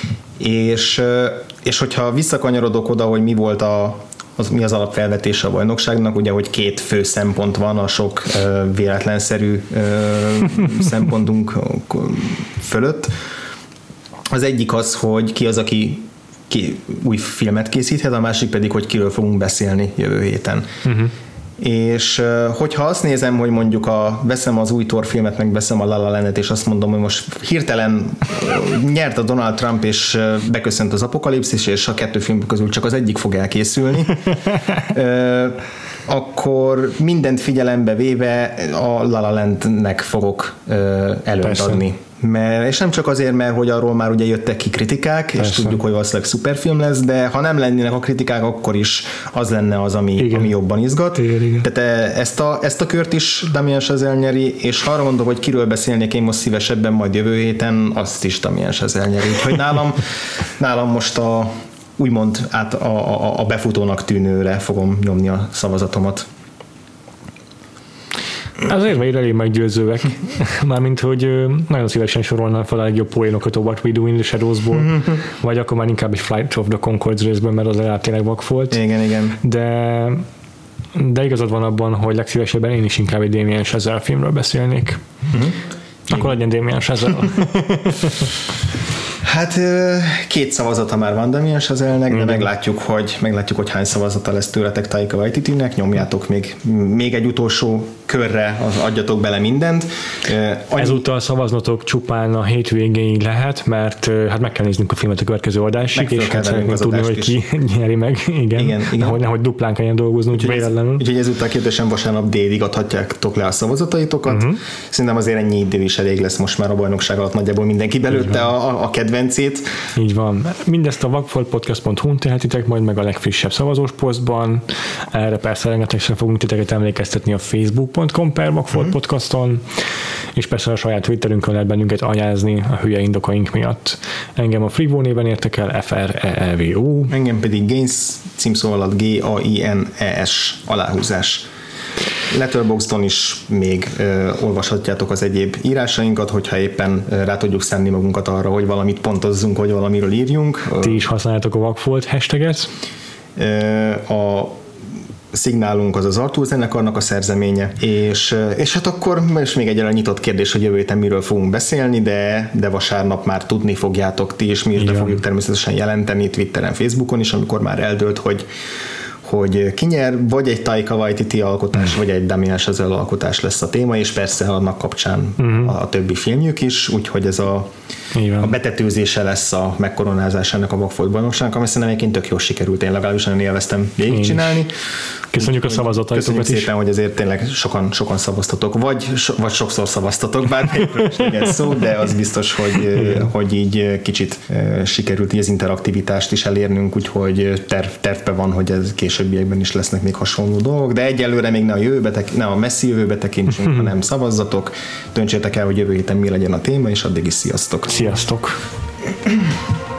[SPEAKER 2] És, és hogyha visszakanyarodok oda, hogy mi volt a az, mi az alapfelvetése a bajnokságnak, ugye, hogy két fő szempont van a sok uh, véletlenszerű uh, szempontunk fölött. Az egyik az, hogy ki az, aki ki új filmet készíthet, a másik pedig, hogy kiről fogunk beszélni jövő héten. Uh-huh. És hogyha azt nézem, hogy mondjuk a, veszem az új Thor filmet, meg veszem a La La Landet, és azt mondom, hogy most hirtelen nyert a Donald Trump, és beköszönt az apokalipszis, és a kettő film közül csak az egyik fog elkészülni, akkor mindent figyelembe véve a La La Landnek fogok előtt adni. Mert, és nem csak azért, mert hogy arról már ugye jöttek ki kritikák, Persze. és tudjuk, hogy valószínűleg szuperfilm lesz, de ha nem lennének a kritikák, akkor is az lenne az, ami, ami jobban izgat. Igen, igen. Tehát ezt a, ezt a kört is Damien Chazelle nyeri, és ha arra mondom, hogy kiről beszélnék én most szívesebben majd jövő héten, azt is Damien Chazelle nyeri. Úgyhogy nálam, nálam most a úgymond át a, a, a befutónak tűnőre fogom nyomni a szavazatomat.
[SPEAKER 1] Az érveid elég meggyőzőek. Mármint, hogy nagyon szívesen sorolnám fel a legjobb poénokat a What We Do in the Shadows-ból, vagy akkor már inkább egy Flight of the Conchords részből, mert az legalább tényleg Vagfolt.
[SPEAKER 2] Igen, igen.
[SPEAKER 1] De, de igazad van abban, hogy legszívesebben én is inkább egy Damien Chazelle filmről beszélnék. Uh-huh. Akkor legyen Damien Chazelle.
[SPEAKER 2] Hát két szavazata már van Damien Chazelle-nek, de meglátjuk, hogy, meglátjuk, hogy hány szavazata lesz tőletek Taika Waititinek, nyomjátok még, még egy utolsó körre adjatok bele mindent.
[SPEAKER 1] Annyi... Ezúttal szavaznatok csupán a hétvégéig lehet, mert hát meg kell néznünk a filmet a következő adásig, és hát szeretnénk tudni, hogy ki nyeri meg. Igen, igen, igen. Nehogy, nehogy duplán kelljen dolgoznunk véletlenül.
[SPEAKER 2] Úgyhogy ezúttal kérdésen vasárnap délig adhatjátok le a szavazataitokat. Uh-huh. Szerintem azért ennyi idő is elég lesz most már a bajnokság alatt, nagyjából mindenki belőtte a, a kedvencét.
[SPEAKER 1] Így van. Mindezt a vagfolt pont hu-n tehetitek majd meg a legfrissebb szavazós posztban. Erre persze rengetegszer fogunk titeket emlékeztetni a facebook pont com per vagfolt uh-huh. podcaston, és persze a saját Twitterünkön lehet bennünket anyázni a hülye indokaink miatt. Engem a Frivó néven értek el, F R E E V O.
[SPEAKER 2] Engem pedig Gaines címszó alatt G A I N E S aláhúzás. Letterboxdon is még ö, olvashatjátok az egyéb írásainkat, hogyha éppen ö, rá tudjuk szánni magunkat arra, hogy valamit pontozzunk, hogy valamiről írjunk.
[SPEAKER 1] Ti is használjátok a Vagfolt hashtaget?
[SPEAKER 2] Ö, a szignálunk az az Arthur zenekarnak a szerzeménye, és, és hát akkor most még egyre nyitott kérdés, hogy jövő héten miről fogunk beszélni, de, de vasárnap már tudni fogjátok ti, és mi is be fogjuk természetesen jelenteni Twitteren, Facebookon is, amikor már eldőlt, hogy hogy ki nyer, vagy egy Taika Waititi alkotás, vagy egy Damien Chazelle alkotás lesz a téma, és persze annak kapcsán uh-huh. a, a többi filmjük is, úgyhogy ez a, a betetőzése lesz a megkoronázásának a Vagfolt bajnokságnak, ami szerintem egyébként tök jól sikerült, én legalábbis nagyon élveztem végigcsinálni.
[SPEAKER 1] Köszönjük a szavazataitokat is.
[SPEAKER 2] Köszönjük szépen, hogy azért tényleg sokan, sokan szavaztatok, vagy, so, vagy sokszor szavaztatok, bármelyikről is legyen szó, de az biztos, hogy, hogy így kicsit sikerült így az interaktivitást is elérnünk, úgyhogy terv, tervben van, hogy ez későbbiekben is lesznek még hasonló dolgok, de egyelőre még ne a jövőbe, ne a messzi jövőbe tekintsünk, hanem szavazzatok, döntsétek el, hogy jövő héten mi legyen a téma, és addig is sziasztok!
[SPEAKER 1] Sziasztok!